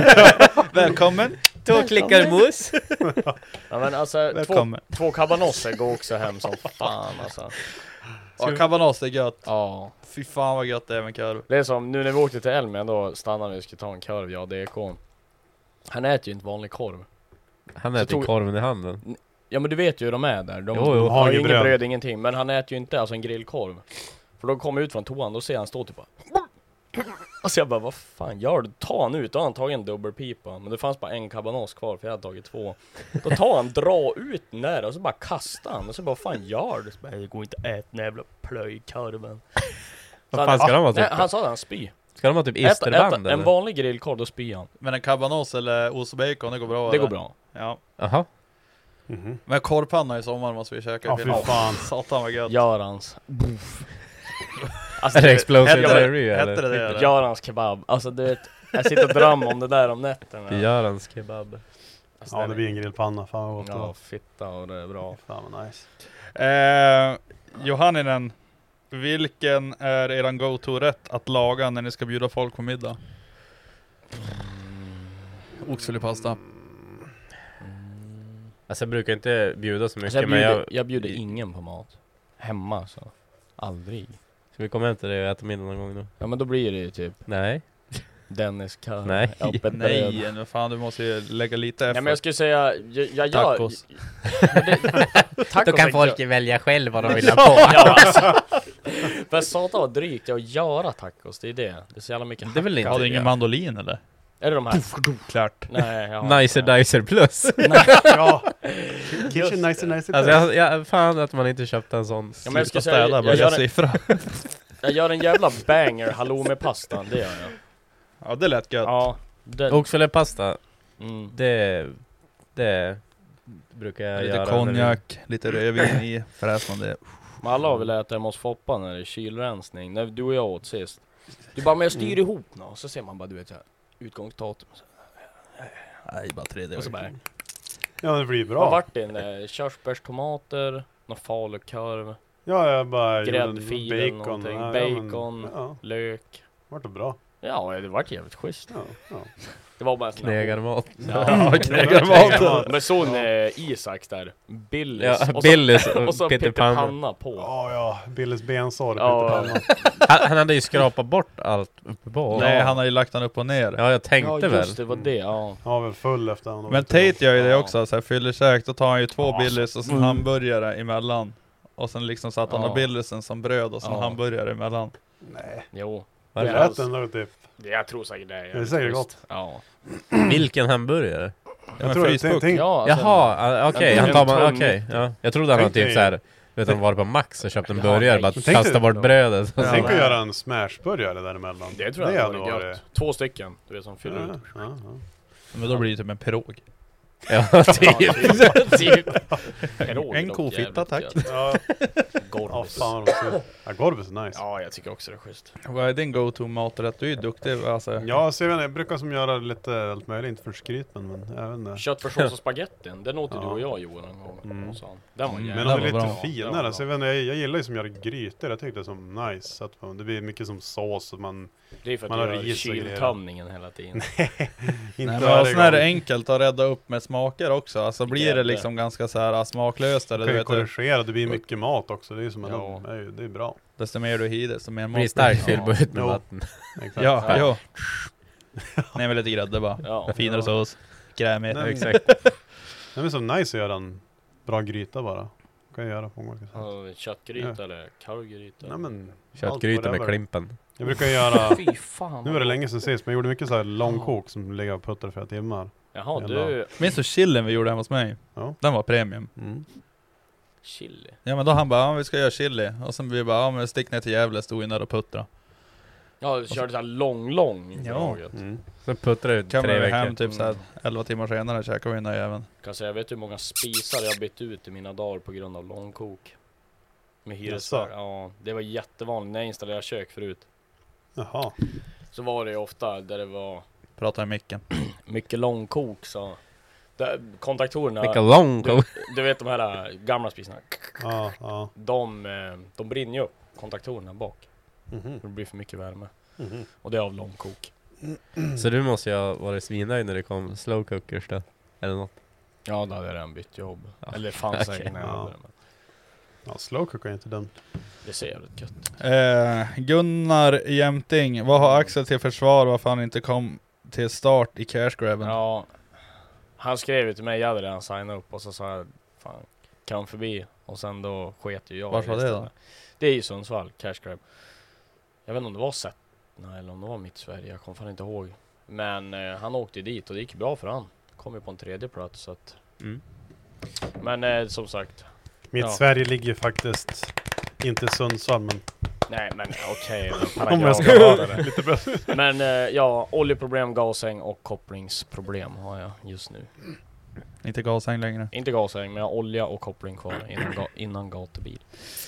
Välkommen. 2 klickar mus. Ja, men alltså 2 cabanosser går också hem som fan alltså. Ja, cabanos är gött. Ja. Fy fan vad gött det är med korv. Det är som nu när vi åkte till Elmia, då stannade vi och skulle ta en korv, ja DK. Han äter ju inte vanlig korv. Han äter korven i handen. Ja, men du vet ju hur de är där. De har ju ingen bröd, ingenting. Men han äter ju inte alltså en grillkorv. För då kommer ut från toan, då ser han stå typ bara. Och så jag bara, vad fan gör du? Ta han ut, då har han tagit en dubbelpipa. Men det fanns bara en cabanos kvar, för jag hade tagit 2. Då tar han, dra ut den där och så bara kastar han. Och så bara, vad fan gör du? Så bara, det går inte att äta den jävla plöjkorven. Vad fan ska de ha typ? Han sa att han spy. Ska de ha typ isterband? En vanlig grillkorv, då spyr han. Men en cabanos eller ostbacon, det går bra? Det går bra. Ja. Aha. Men korvpanna i sommar måste vi käka. Ja, fy fan. Satan vad gött. Görans. Alltså, är det explosive diarrhea eller? Hette det? Görans kebab. Alltså du vet, jag sitter och drömmer om det där om nätterna. Görans kebab. Alltså, Ja, det blir en grillpanna. Fan vad gott. Ja, fitta och det är bra. Fan vad nice. Johanninen, vilken är eran go-to-rätt att laga när ni ska bjuda folk på middag? Oxfilépasta. Alltså jag brukar inte bjuda så mycket, Alltså, men jag bjuder ingen på mat. Hemma så. Aldrig. Ska vi komma hem till det och äta middag någon gång då? Ja men då blir det ju typ Nej. Dennis Kör. Nej. Nej, nu fan du måste ju lägga lite effort. Nej men jag skulle säga, jag gör... Tacos. Då kan folk välja själv vad de vill ha på. Ja, alltså. För satan vad drygt att göra tacos, det är det. Det är så jävla mycket Det är väl inte- Har du ingen mandolin eller? Är det de här? Klart. Nej, jag har Nicer inte. Dicer Plus. Ja. Kitchen nice. Alltså jag fan att man inte köpte en sån. Ja, men jag ska Sluta säga, städa, bara jag jag siffra. Jag gör en jävla banger halloumi-pastan, det gör jag. Ja, det lät gött. Ja, det... Oxfilépasta, Mm. det brukar jag Lite göra. konjak, lite rödvin i, fräs man det. Men alla har väl ätit hemma hos Foppa när det är kylrensning, när du och jag åt sist. Du bara, men jag styr ihop nå, och så ser man bara, du vet, utgångsdatum. Nej, bara 3D. Och så bara, Ja, det blir vad bra. vart det? Körsbärstomater, någon falukorv, Ja, jag bara gräddfil eller bacon. någonting, Ja, bacon, Ja, lök. vart det bra. Ja, det vart jävligt schysst. Ja. Det var bara en sån här- Knegarmat. Ja, knegarmat. Men sån Isaks där, Billys, Ja, och Billys och så Peter Pan. Panna på. Ja, Billys bensår. Ja. Han hade ju skrapat bort allt uppe på. Nej, han har ju lagt den upp och ner. Ja, jag tänkte Ja, väl. just det var det, ja. Han var väl full efter han. Men Tate gör ju det Ja. också, så här fyller käk, då tar han ju 2 Ja, Billys och sen hamburgare emellan. Och sen liksom satt han Ja. och Billysen som bröd och sen Ja. hamburgare emellan. Nej. Jo. Varför? Jag äter ändå typ. Det jag tror säkert det är. Det är säkert gott. Ja. Vilken hamburgare? Ja, tror men det- tänk- Ja, alltså, Jaha, okej, en han tar man, tum- okej. Ja. Jag trodde han var Tänk typ dig- såhär, vet han var på Max och köpte en Ja, burgare, nej. bara Men tänk kasta dig- bort brödet. Ja. Tänk att göra en smashburgare däremellan. Det tror jag hade varit gött. 2 stycken, du vet, som fyller ut. Ja. Men då blir det typ en pirog. Ja, typ. Typ. En kofitta, tack. Ja, Gorbis. fan vad de ser. Ja, Gorbis är nice. Ja, jag tycker också det är schysst. Vad är din go-to maträtt? Du är ju duktig alltså. Ja, så jag vet inte, jag brukar som göra lite allt möjligt, inte för skryt men jag vet inte. Köttfärssås och spagettin, den åt ju Ja. du och jag Johan en gång. Mm. Och så. Den var Mm. jävligt Men de är det var lite bra. finare, så jag vet inte, jag gillar ju som göra grytor, jag tycker det är som nice. Så att det blir mycket som sås och man Det är för att Man du har gör ris och grejer. kyltömning hela tiden. inte Nej, men varje och sen är det gång. enkelt att rädda upp med smaker också. Alltså blir det Grädde. liksom ganska så här smaklöst eller Du du kan ju vet, korrigera, det blir mycket mat också, det är ju som Ja. det är bra. desto mer du hider, desto mer Det mat. blir starkt fyll på ut med Jo. vatten. Exakt. Ja, Ja. jo. Nej men lite grädde bara. Ja. Finare sås. Krämigt. Nej, Exakt. Det är så nice att göra en bra gryta bara. Kan jag göra på många sätt. Ja, köttgryta eller kalvgryta. Nej men, Köttgryta med whatever. Klimpen. jag brukar göra, Fy fan. nu var det länge sedan sist, men jag gjorde mycket så här långkok som ligger och puttar i flera timmar. Jaha, Jävla- du... Minns du chillen vi gjorde hemma hos mig? Ja. Den var premium. Mm. Chili. Ja men då han bara, ja, vi ska göra chili. Och sen vi bara, ja men stick ner till Gävle, stod in där och puttra. Ja, du körde såhär lång Ja. draget. Mm. Så puttrar du Kan 3 vi veckor. hem typ såhär 11 timmar senare käkade vi den där jäveln. Kan säga, jag vet hur många spisar jag bytt ut i mina dagar på grund av långkok. Med hyresvärd. Ja, det var jättevanligt när jag installerade kök förut. Jaha. Så var det ju ofta där det var Pratar i micken. mycket långkok så där, kontaktorerna, Vilka lång du vet de här gamla spisarna, Ja. de brinner ju upp, kontaktorerna bak. Mhm. Det blir för mycket värme. Mhm. Och det är av långkok. Så du måste ju ha varit svinnöjd när det kom slow cookers då? Eller något? Ja, då hade jag redan bytt jobb. Ja. Eller det fanns säkert när jag Ja. jobbade, men Ja, slow cook är inte dumt. det ser jävligt gött. Gunnar Jämting, vad har Axel till försvar varför han inte kom till start i cash grabben? Ja, han skrev ju till mig, jag hade redan signat upp och så sa jag, fan, kom förbi. Och sen då sket ju jag. Vart var det då? Det är ju Sundsvall, cash grab. Jag vet inte om det var Sättna eller om det var mitt Sverige, jag kommer fan inte ihåg. Men han åkte dit och det gick bra för han. Kom ju på en 3:e plats så att... Mm. Men som sagt, Mitt Ja. Sverige ligger faktiskt inte i Sundsvall, men nej men okej. om jag ska vara det. lite bättre. Men ja, oljeproblem, gasäng och kopplingsproblem har jag just nu. Inte gashäng längre. Inte gashäng, men jag har olja och koppling kvar innan gatubil.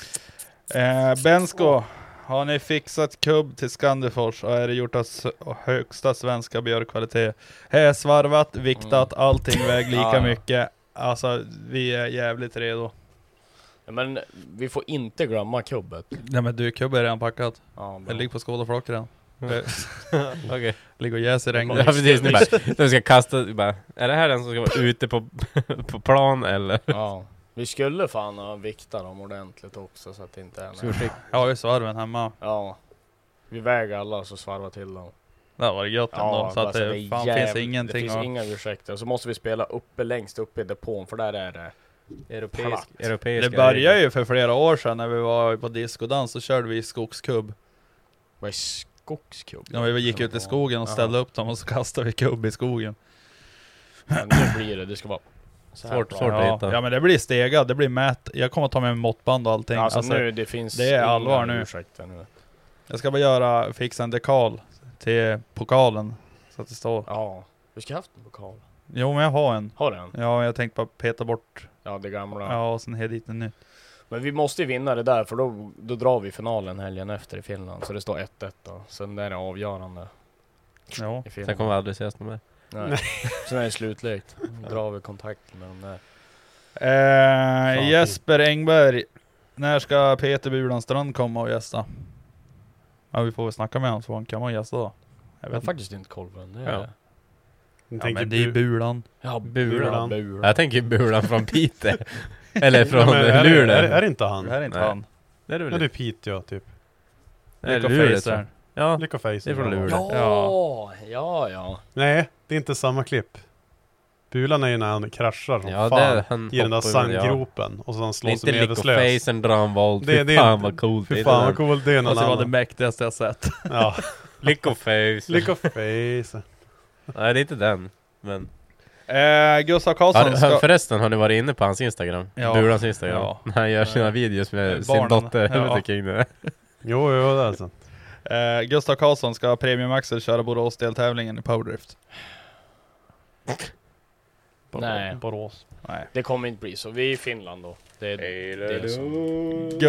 Bensko, har ni fixat kubb till Skandifors och är det gjort av högsta svenska björkkvalitet? Här svarvat, viktat, allting väger lika mycket. Alltså, vi är jävligt redo. Ja, men vi får inte glömma kubbet. Nej men du, kubb är redan packat. Ja, det ligger på Skådaflock redan. Okej. Ligger och jäser i regn. Ja, precis. De ska kasta, bara, är det här den som ska vara ute på plan eller? Ja. Vi skulle fan ha viktat dem ordentligt också så att det inte är något. Ja, vi svarven hemma. Ja. Vi väger alla så svarva till dem. Det var gött ändå, så att det fan finns ingenting. Det finns inga ursäkter. Så måste vi spela uppe längst uppe i depån, för där är det europeiska. Det började ju för flera år sedan när vi var på diskodans, så körde vi skogskubb. Vad är skogskubb? Ja, vi gick ut i skogen och ställde upp dem och så kastade vi kubb i skogen. Men nu blir det ska vara svårt att hitta. Ja, men det blir stegad, det blir mät. Jag kommer att ta med måttband och allting. Alltså nu, det finns det är allvar nu. Jag ska bara fixa en dekal till pokalen så att det står. Ja, du ska haft en pokal. Jo, men jag har en. Har den? Ja, jag tänkte bara peta bort. Ja, det gamla. Ja, och sen här dit en ny. Men vi måste ju vinna det där, för då drar vi finalen helgen efter i Finland. Så det står 1-1 då. Sen där är det avgörande. Ja. Sen kommer vi aldrig ses med. Nej. Sen är det slutlöjt. Då drar vi kontakt med dem där. Jesper Engberg. När ska Peter Burlandstrand komma och gästa? Ja, vi får väl snacka med honom så han kan man gästa då. Jag har faktiskt inte koll på den. Det är ja, men det är Bulan. Ja, Bulan. Jag tänker Bulan från Piteå. Eller från Luleå. Är det inte han? Det här är inte han. Det är det är Piteå typ. Det är Luleå. Ja, Lycka face. Det är från Luleå. Ja. Nej, det är inte samma klipp. Bulan är ju när han kraschar som ja, fan han i den där sandgropen. Och så han slår sig medvetslös. Det är inte Lick-o-Face, en dramvolt. Fy fan vad coolt. Fy fan vad coolt. Det är någon annan. Det var det mäktigaste jag sett. Ja. Lick-o-Face. Lick-o-Face. Nej, det är inte den. Men Gustav Karlsson förresten, har ni varit inne på hans Instagram? Ja. Burans Instagram. Ja. När han gör sina videos med barnen. sin dotter. Ja. Jo, det är sant. Gustav Karlsson ska Premium Axel köra Borås deltävlingen i Powerdrift. Nej. Borås. Nej. Det kommer inte bli så. Vi är i Finland då. Det är som...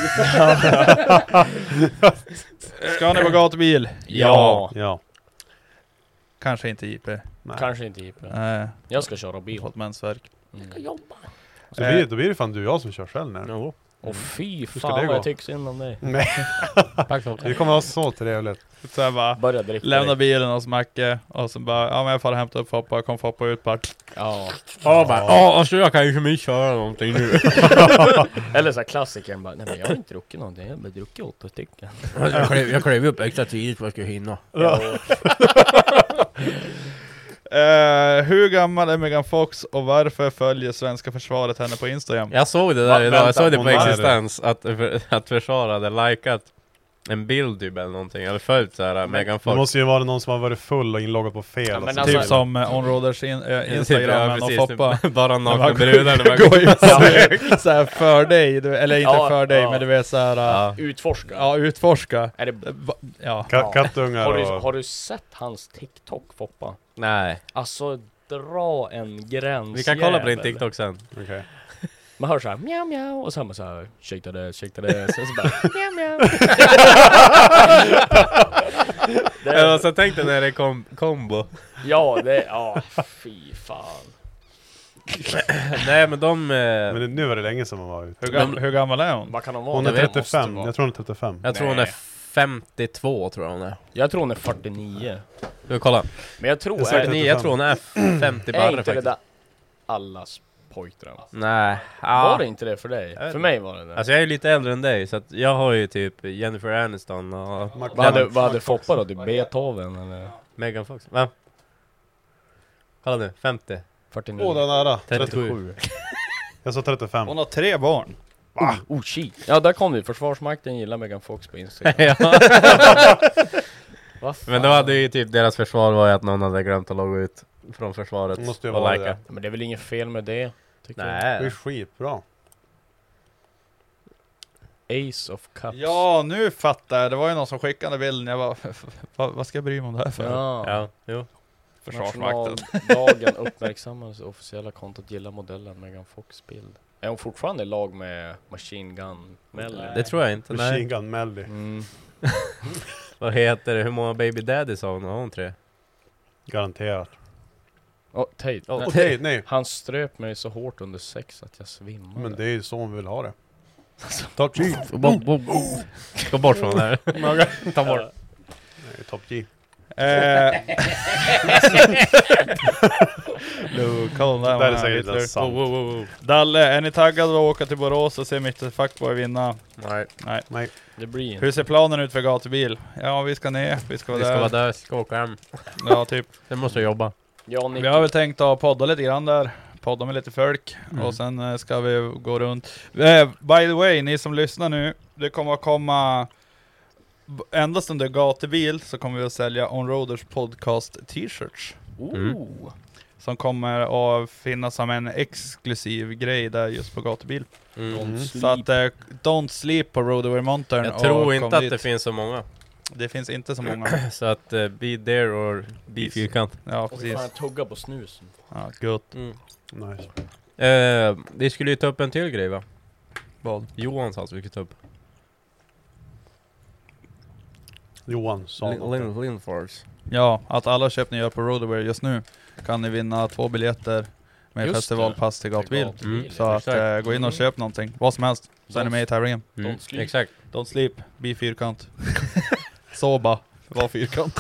Ska ni på gatubil? Ja. Kanske inte JP. Nej. Kanske inte JP. Nej. Jag ska köra bil. Fått mensvärk. Jag ska jobba. Så då blir det fan du och jag som kör själv nu. Och fy fan vad jag tycker synd om dig. Nej. Det kommer vara så trevligt. Så jag bara lämna bilen hos Macke och så bara, ja men jag får hämta upp Foppa, kom Foppa ut bara. Alltså jag kan ju inte köra någonting nu. Eller så här klassikern bara, nej men jag har inte druckit någonting, jag har bara druckit 8 stycken. Jag klev upp extra tidigt för att jag ska hinna. Hur gammal är Megan Fox och varför följer svenska försvaret henne på Instagram? Jag såg det där idag, jag såg det på Existens att försvaret hade likat en bild typ eller någonting, eller följt såhär Megan Fox. Det måste ju vara någon som har varit full och inloggat på fel. Men alltså, typ som Onroaders Instagram och Foppa. Bara nakna brudar när man går ju såhär för dig, eller inte för dig, men du vet såhär utforska. Ja, utforska. Är det kattungar har du sett hans TikTok, Foppa? Nej. Alltså dra en gräns. Vi kan kolla på din TikTok sen. Okej. Man hör såhär mjau mjau och sen såhär shake det sen så bara mjau mjau. Eller så tänkte när det är kombo. Ja, fy fan. Nej men de men nu var det länge som hon var ute. Hur gammal är hon? Vad kan hon vara? Hon är 35. Jag tror hon är 35. Jag tror hon är 52 tror jag hon är. Jag tror hon är 49. Du kolla. Men jag tror jag tror hon är 50 barre faktiskt. Det där allas pojkdröm. Nej. Var det inte det för dig? För mig var det. Alltså jag är lite äldre än dig så att jag har ju typ Jennifer Aniston och vad hade Foppa då? Typ Beethoven eller Megan Fox. Va? Kolla nu, 50. 49. Åh, den är nära. 37. Jag sa 35. Hon har 3 barn. Va? Shit. Ja, där kom vi. Försvarsmakten gillar Megan Fox på Instagram. Men då hade ju typ deras försvar var ju att någon hade glömt att logga ut från försvaret måste ju och vara lika. det. Men det är väl inget fel med det, tycker Nej. Det är skitbra. Ace of Cups. Ja, nu fattar jag. Det var ju någon som skickade bilden. Jag bara, vad ska jag bry mig om det här för? Ja. Ja, jo. Försvarsmakten. Nationaldagen uppmärksammades officiella kontot gillar modellen Megan Fox bild. Är hon fortfarande i lag med Machine Gun Melly? Det tror jag inte. Machine Gun Melly. Vad heter det? Hur många Baby Daddies har hon? Har hon 3? Garanterat. Tate. Nej. Han ströp mig så hårt under sex att jag svimmade. Men det är ju så hon vill ha det. Top G. Gå bort från det här. Ta bort. Nej, Top G. Där är säkert sant. Dalle, är ni taggade att åka till Borås och se Mr. Fuckboy vinna? Nej. Det blir Hur ser planen ut för gatubil? Ja, vi ska ner. Vi ska vara där. Vi ska åka hem. Ja, typ. Sen måste jag jobba. Vi har väl tänkt att podda lite grann där. Podda med lite folk. Och sen ska vi gå runt. By the way, ni som lyssnar nu. Det kommer att komma... Endast under gatubil så kommer vi att sälja Onroaders podcast t-shirts. Som kommer att finnas som en exklusiv grej där just på gatubil. Så att don't sleep på Road Over Mountain. Jag tror inte att det finns så många. Det finns inte så många. Så att be there or be fyrkant. Ja, precis. Och fan tugga på snusen. Ja, gott. Nice. Vi skulle ju ta upp en till grej, va? Vad? Johan sa att vi skulle ta upp. Johan sa Lindfors. Ja, att alla köp ni gör på Roadaway just nu kan ni vinna 2 biljetter med Just festivalpass till gatubil. Så att gå in och köp någonting. Vad som helst. Så är ni med i tävlingen. Exakt. Don't sleep. Be fyrkant. Soba. Var fyrkant.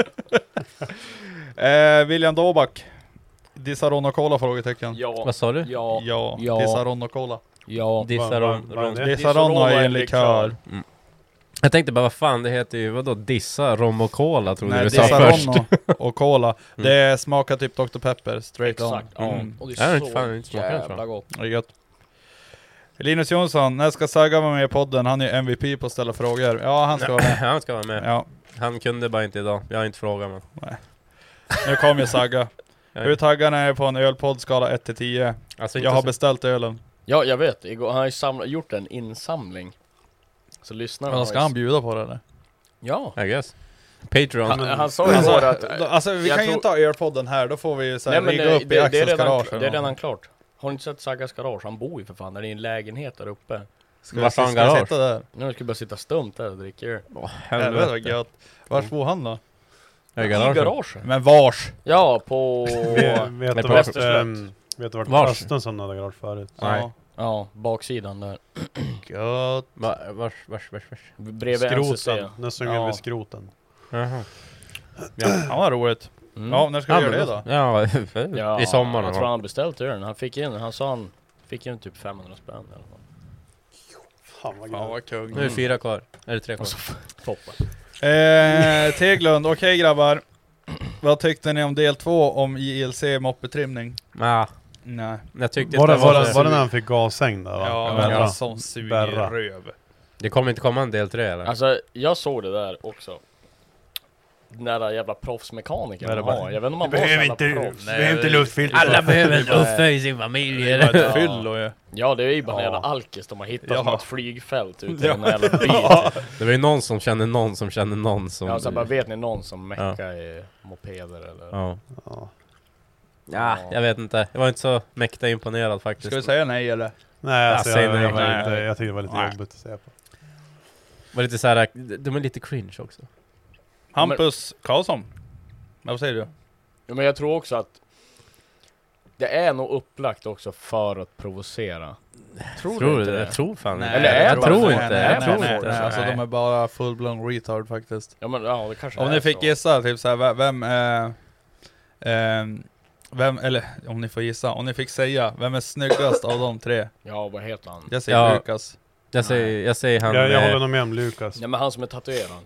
William Dobak. Dissa och Cola frågetecken. Ja. Vad sa du? Ja. Dissa och Cola. Ja. Dissa har ju en likör. Jag tänkte bara, vad fan, det heter ju, vadå, Dissa, rom och cola, tror jag du sa Dissa först. och Cola. Det smakar typ Dr. Pepper, straight Exakt. on. Och det är så jävla gott. Det är gött. Linus Jonsson, när ska Saga vara med i podden? Han är MVP på att ställa frågor. Ja, han ska vara med. Han ska vara med. Ja. Han kunde bara inte idag. Jag har inte frågat, men... Nej. Nu kommer Saga. Hur taggad är på en ölpoddskala 1-10? Alltså, jag har beställt ölen. Ja, jag vet. Igår, han har ju gjort en insamling. Så lyssnar men ska han bjuda på det eller? Ja. I guess. Patreon. Han sa ju igår att... Alltså vi kan ju inte ha ölpodden här. Då får vi ju såhär rigga upp i Axels garage. Det är redan klart. Har ni inte sett Sagas garage? Han bor ju för fan. Det är en lägenhet där uppe. Ska vi sitta där? Nu ska vi bara sitta stumt där och dricka öl. Helvete vad gött. Vars bor han då? I garaget. Men vars? Ja, på... Vet du vart Östensson hade garage förut? Nej. Ja, baksidan där. Gött. Vars. Bredvid skroten. Nästan vid skroten. Jaha. Ja, vad roligt. Ja, när ska vi göra det då? Ja, i sommar. Jag tror han beställt ölen. Han fick in, han sa han fick in typ 500 spänn i alla fall. Fan vad kung. Nu är 4 kvar. Eller 3 kvar. Toppen. Teglund, okej grabbar. Vad tyckte ni om del 2 om JLC moppetrimning? Nej. Jag tyckte var det när han fick gasäng där, va? Ja, men jag som suger röv. Det kommer inte komma en del 3 eller? Alltså, jag såg det där också. Den där jävla proffsmekaniker man har. Jag vet inte om man var så jävla proffs. Det är inte luftfilter. Alla behöver luffa i sin familj. Det är ett fyllo ju. Ja, det är ju bara en jävla alkis de har hittat på ett flygfält ute i Ja. den här jävla byn. Det var ju någon som kände någon som kände någon som... Ja, så bara vet ni någon som meckar i mopeder eller... Ja, jag vet inte. Jag var inte så mäkta imponerad faktiskt. Ska vi säga nej eller? Nej, alltså, nej. jag tyckte det var lite jobbigt att säga på. Var lite såhär, de är lite cringe också. Hampus Karlsson. Vad säger du? Ja, men jag tror också att det är nog upplagt också för att provocera. Tror du inte det? Jag tror fan nej, inte. Jag tror inte. Nej. Alltså de är bara full-blown retard faktiskt. Ja, men ja, det kanske om ni fick gissa typ såhär, vem, eller om ni får gissa, om ni fick säga, vem är snyggast av de 3? Ja, vad heter han? Jag säger Lukas. Jag säger han. Jag håller nog med om Lukas. Ja, men han som är tatuerad.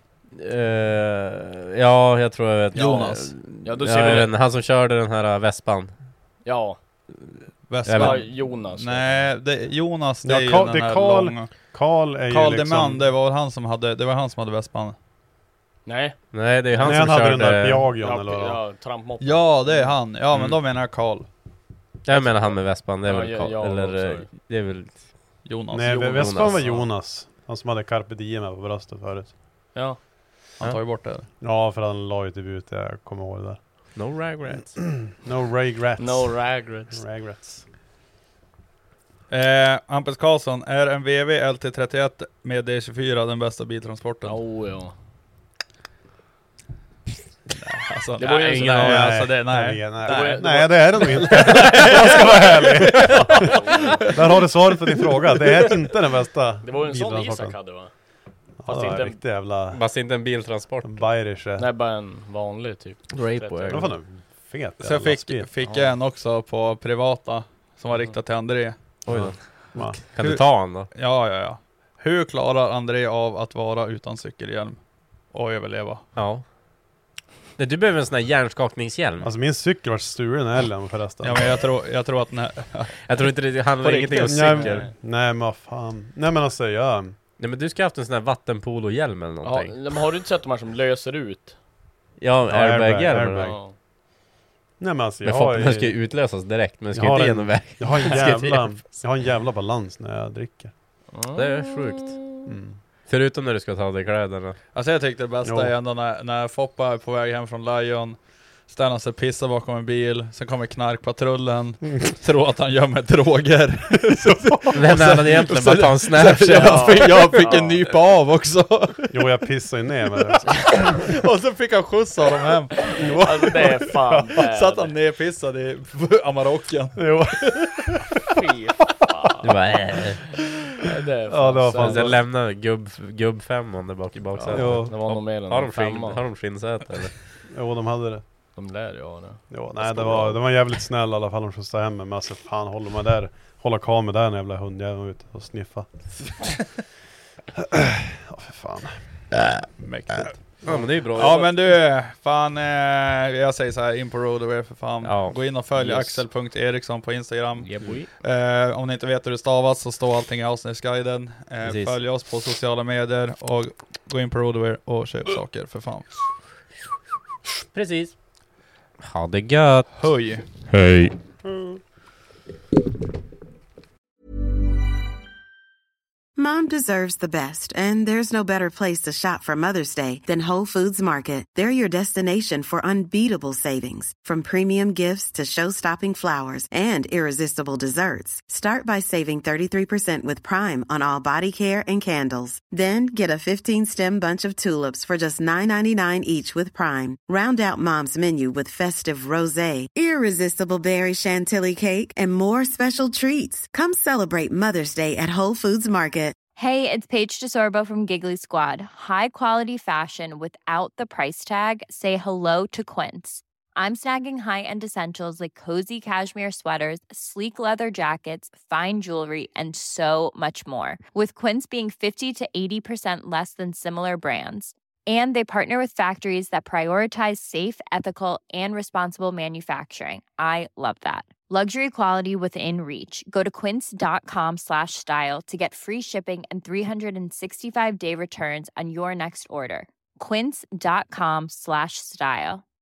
Ja, jag tror jag vet. Jonas. Ja, då ser vi han som körde den här Vespan. Ja. Vespan. Jonas. Nej, Jonas det är ju den här långa. Karl är ju Karl liksom... Deman, det var han som hade Vespan. Nej. Nej, det är han som hade körde den där Piagion eller vad? Ja, trampmoppen. Ja, det är han. Ja, men då menar jag Karl. Jag menar han med Vespan, det är väl Karl. Ja, eller det är väl Jonas. Nej, Vespan var Jonas. Han som hade Carpe Diem på bröstet förut. Ja. Han tar ju bort det. Ja, för han la ju typ ut, jag kommer ihåg det där. No regrets. No regrets. No regrets. Regrets. Hampus Karlsson, är en VW LT31 med D24 den bästa biltransporten? Ja. Alltså, det var ju nej, nej, det är det nog inte. Jag ska vara ärlig. Där har du svaret på din fråga. Det är inte den bästa. Det var ju en sån Isak hade, va? Fast det inte riktigt jävla... Fast inte en biltransport. Bayerische. Nej, bara en vanlig typ. Drapo. Det var fan fet. Så jag fick jag en också på privata som var riktad till André. Oj då. Kan du ta han då? Ja. Hur klarar André av att vara utan cykelhjälm och överleva? Ja. Nej, du behöver en sån här hjärnskakningshjälm. Alltså min cykel var stulen älgen förresten. Ja, men jag tror att jag tror inte det handlar ingenting om cykel. Nej men vad fan. Nej men alltså Nej, men du ska ha haft en sån här vattenpolo-hjälm eller någonting. Ja, men har du inte sett de här som löser ut? Ja, airbag. Ja. Nej men alltså den ska ju utlösas direkt, men det ska inte genom väg. Jag har en jävla balans när jag dricker. Det är sjukt. Förutom när du ska ta dig kläderna. Alltså jag tyckte det bästa är ändå när Foppa är på väg hem från Lion, stannar sig, pissar bakom en bil, sen kommer knarkpatrullen, tror att han gömmer droger. Vem är han egentligen? Bara ta en Snapchat. Jag fick en nypa av också. Jo, jag pissar ju ner med det. Och så fick han skjuts av dem hem. Alltså det är fan satt han nerpissad i Amarocken. Jo. Fy fan. Du bara det var fan. Sen lämnar gubb-femman där bak i baksätet. Det var nog mer än har de skinnsäte eller? Jo, de hade det. De lär ju ha det. Jo, nej, det var jävligt snäll i alla fall. De skjutsade hem. Men alltså fan, håller man där, hålla kameran där en jävla hundjäveln ute och sniffa. Ja, för fan. Mäktigt. Ja, men det är ju bra. Ja, men du, fan, jag säger så här, in på Roadaway för fan. Ja. Gå in och följ axel.eriksson på Instagram. Om ni inte vet hur det stavas så står allting i avsnittsguiden. Följ oss på sociala medier och gå in på Roadaway och köp saker för fan. Precis. Ha det gött. Höj. Hej. Mom deserves the best, and there's no better place to shop for Mother's Day than Whole Foods Market. They're your destination for unbeatable savings, from premium gifts to show-stopping flowers and irresistible desserts. Start by saving 33% with Prime on all body care and candles. Then get a 15-stem bunch of tulips for just $9.99 each with Prime. Round out Mom's menu with festive rosé, irresistible berry chantilly cake, and more special treats. Come celebrate Mother's Day at Whole Foods Market. Hey, it's Paige DeSorbo from Giggly Squad. High quality fashion without the price tag. Say hello to Quince. I'm snagging high-end essentials like cozy cashmere sweaters, sleek leather jackets, fine jewelry, and so much more. With Quince being 50 to 80% less than similar brands. And they partner with factories that prioritize safe, ethical, and responsible manufacturing. I love that. Luxury quality within reach. Go to quince.com/style to get free shipping and 365-day returns on your next order. Quince.com/style.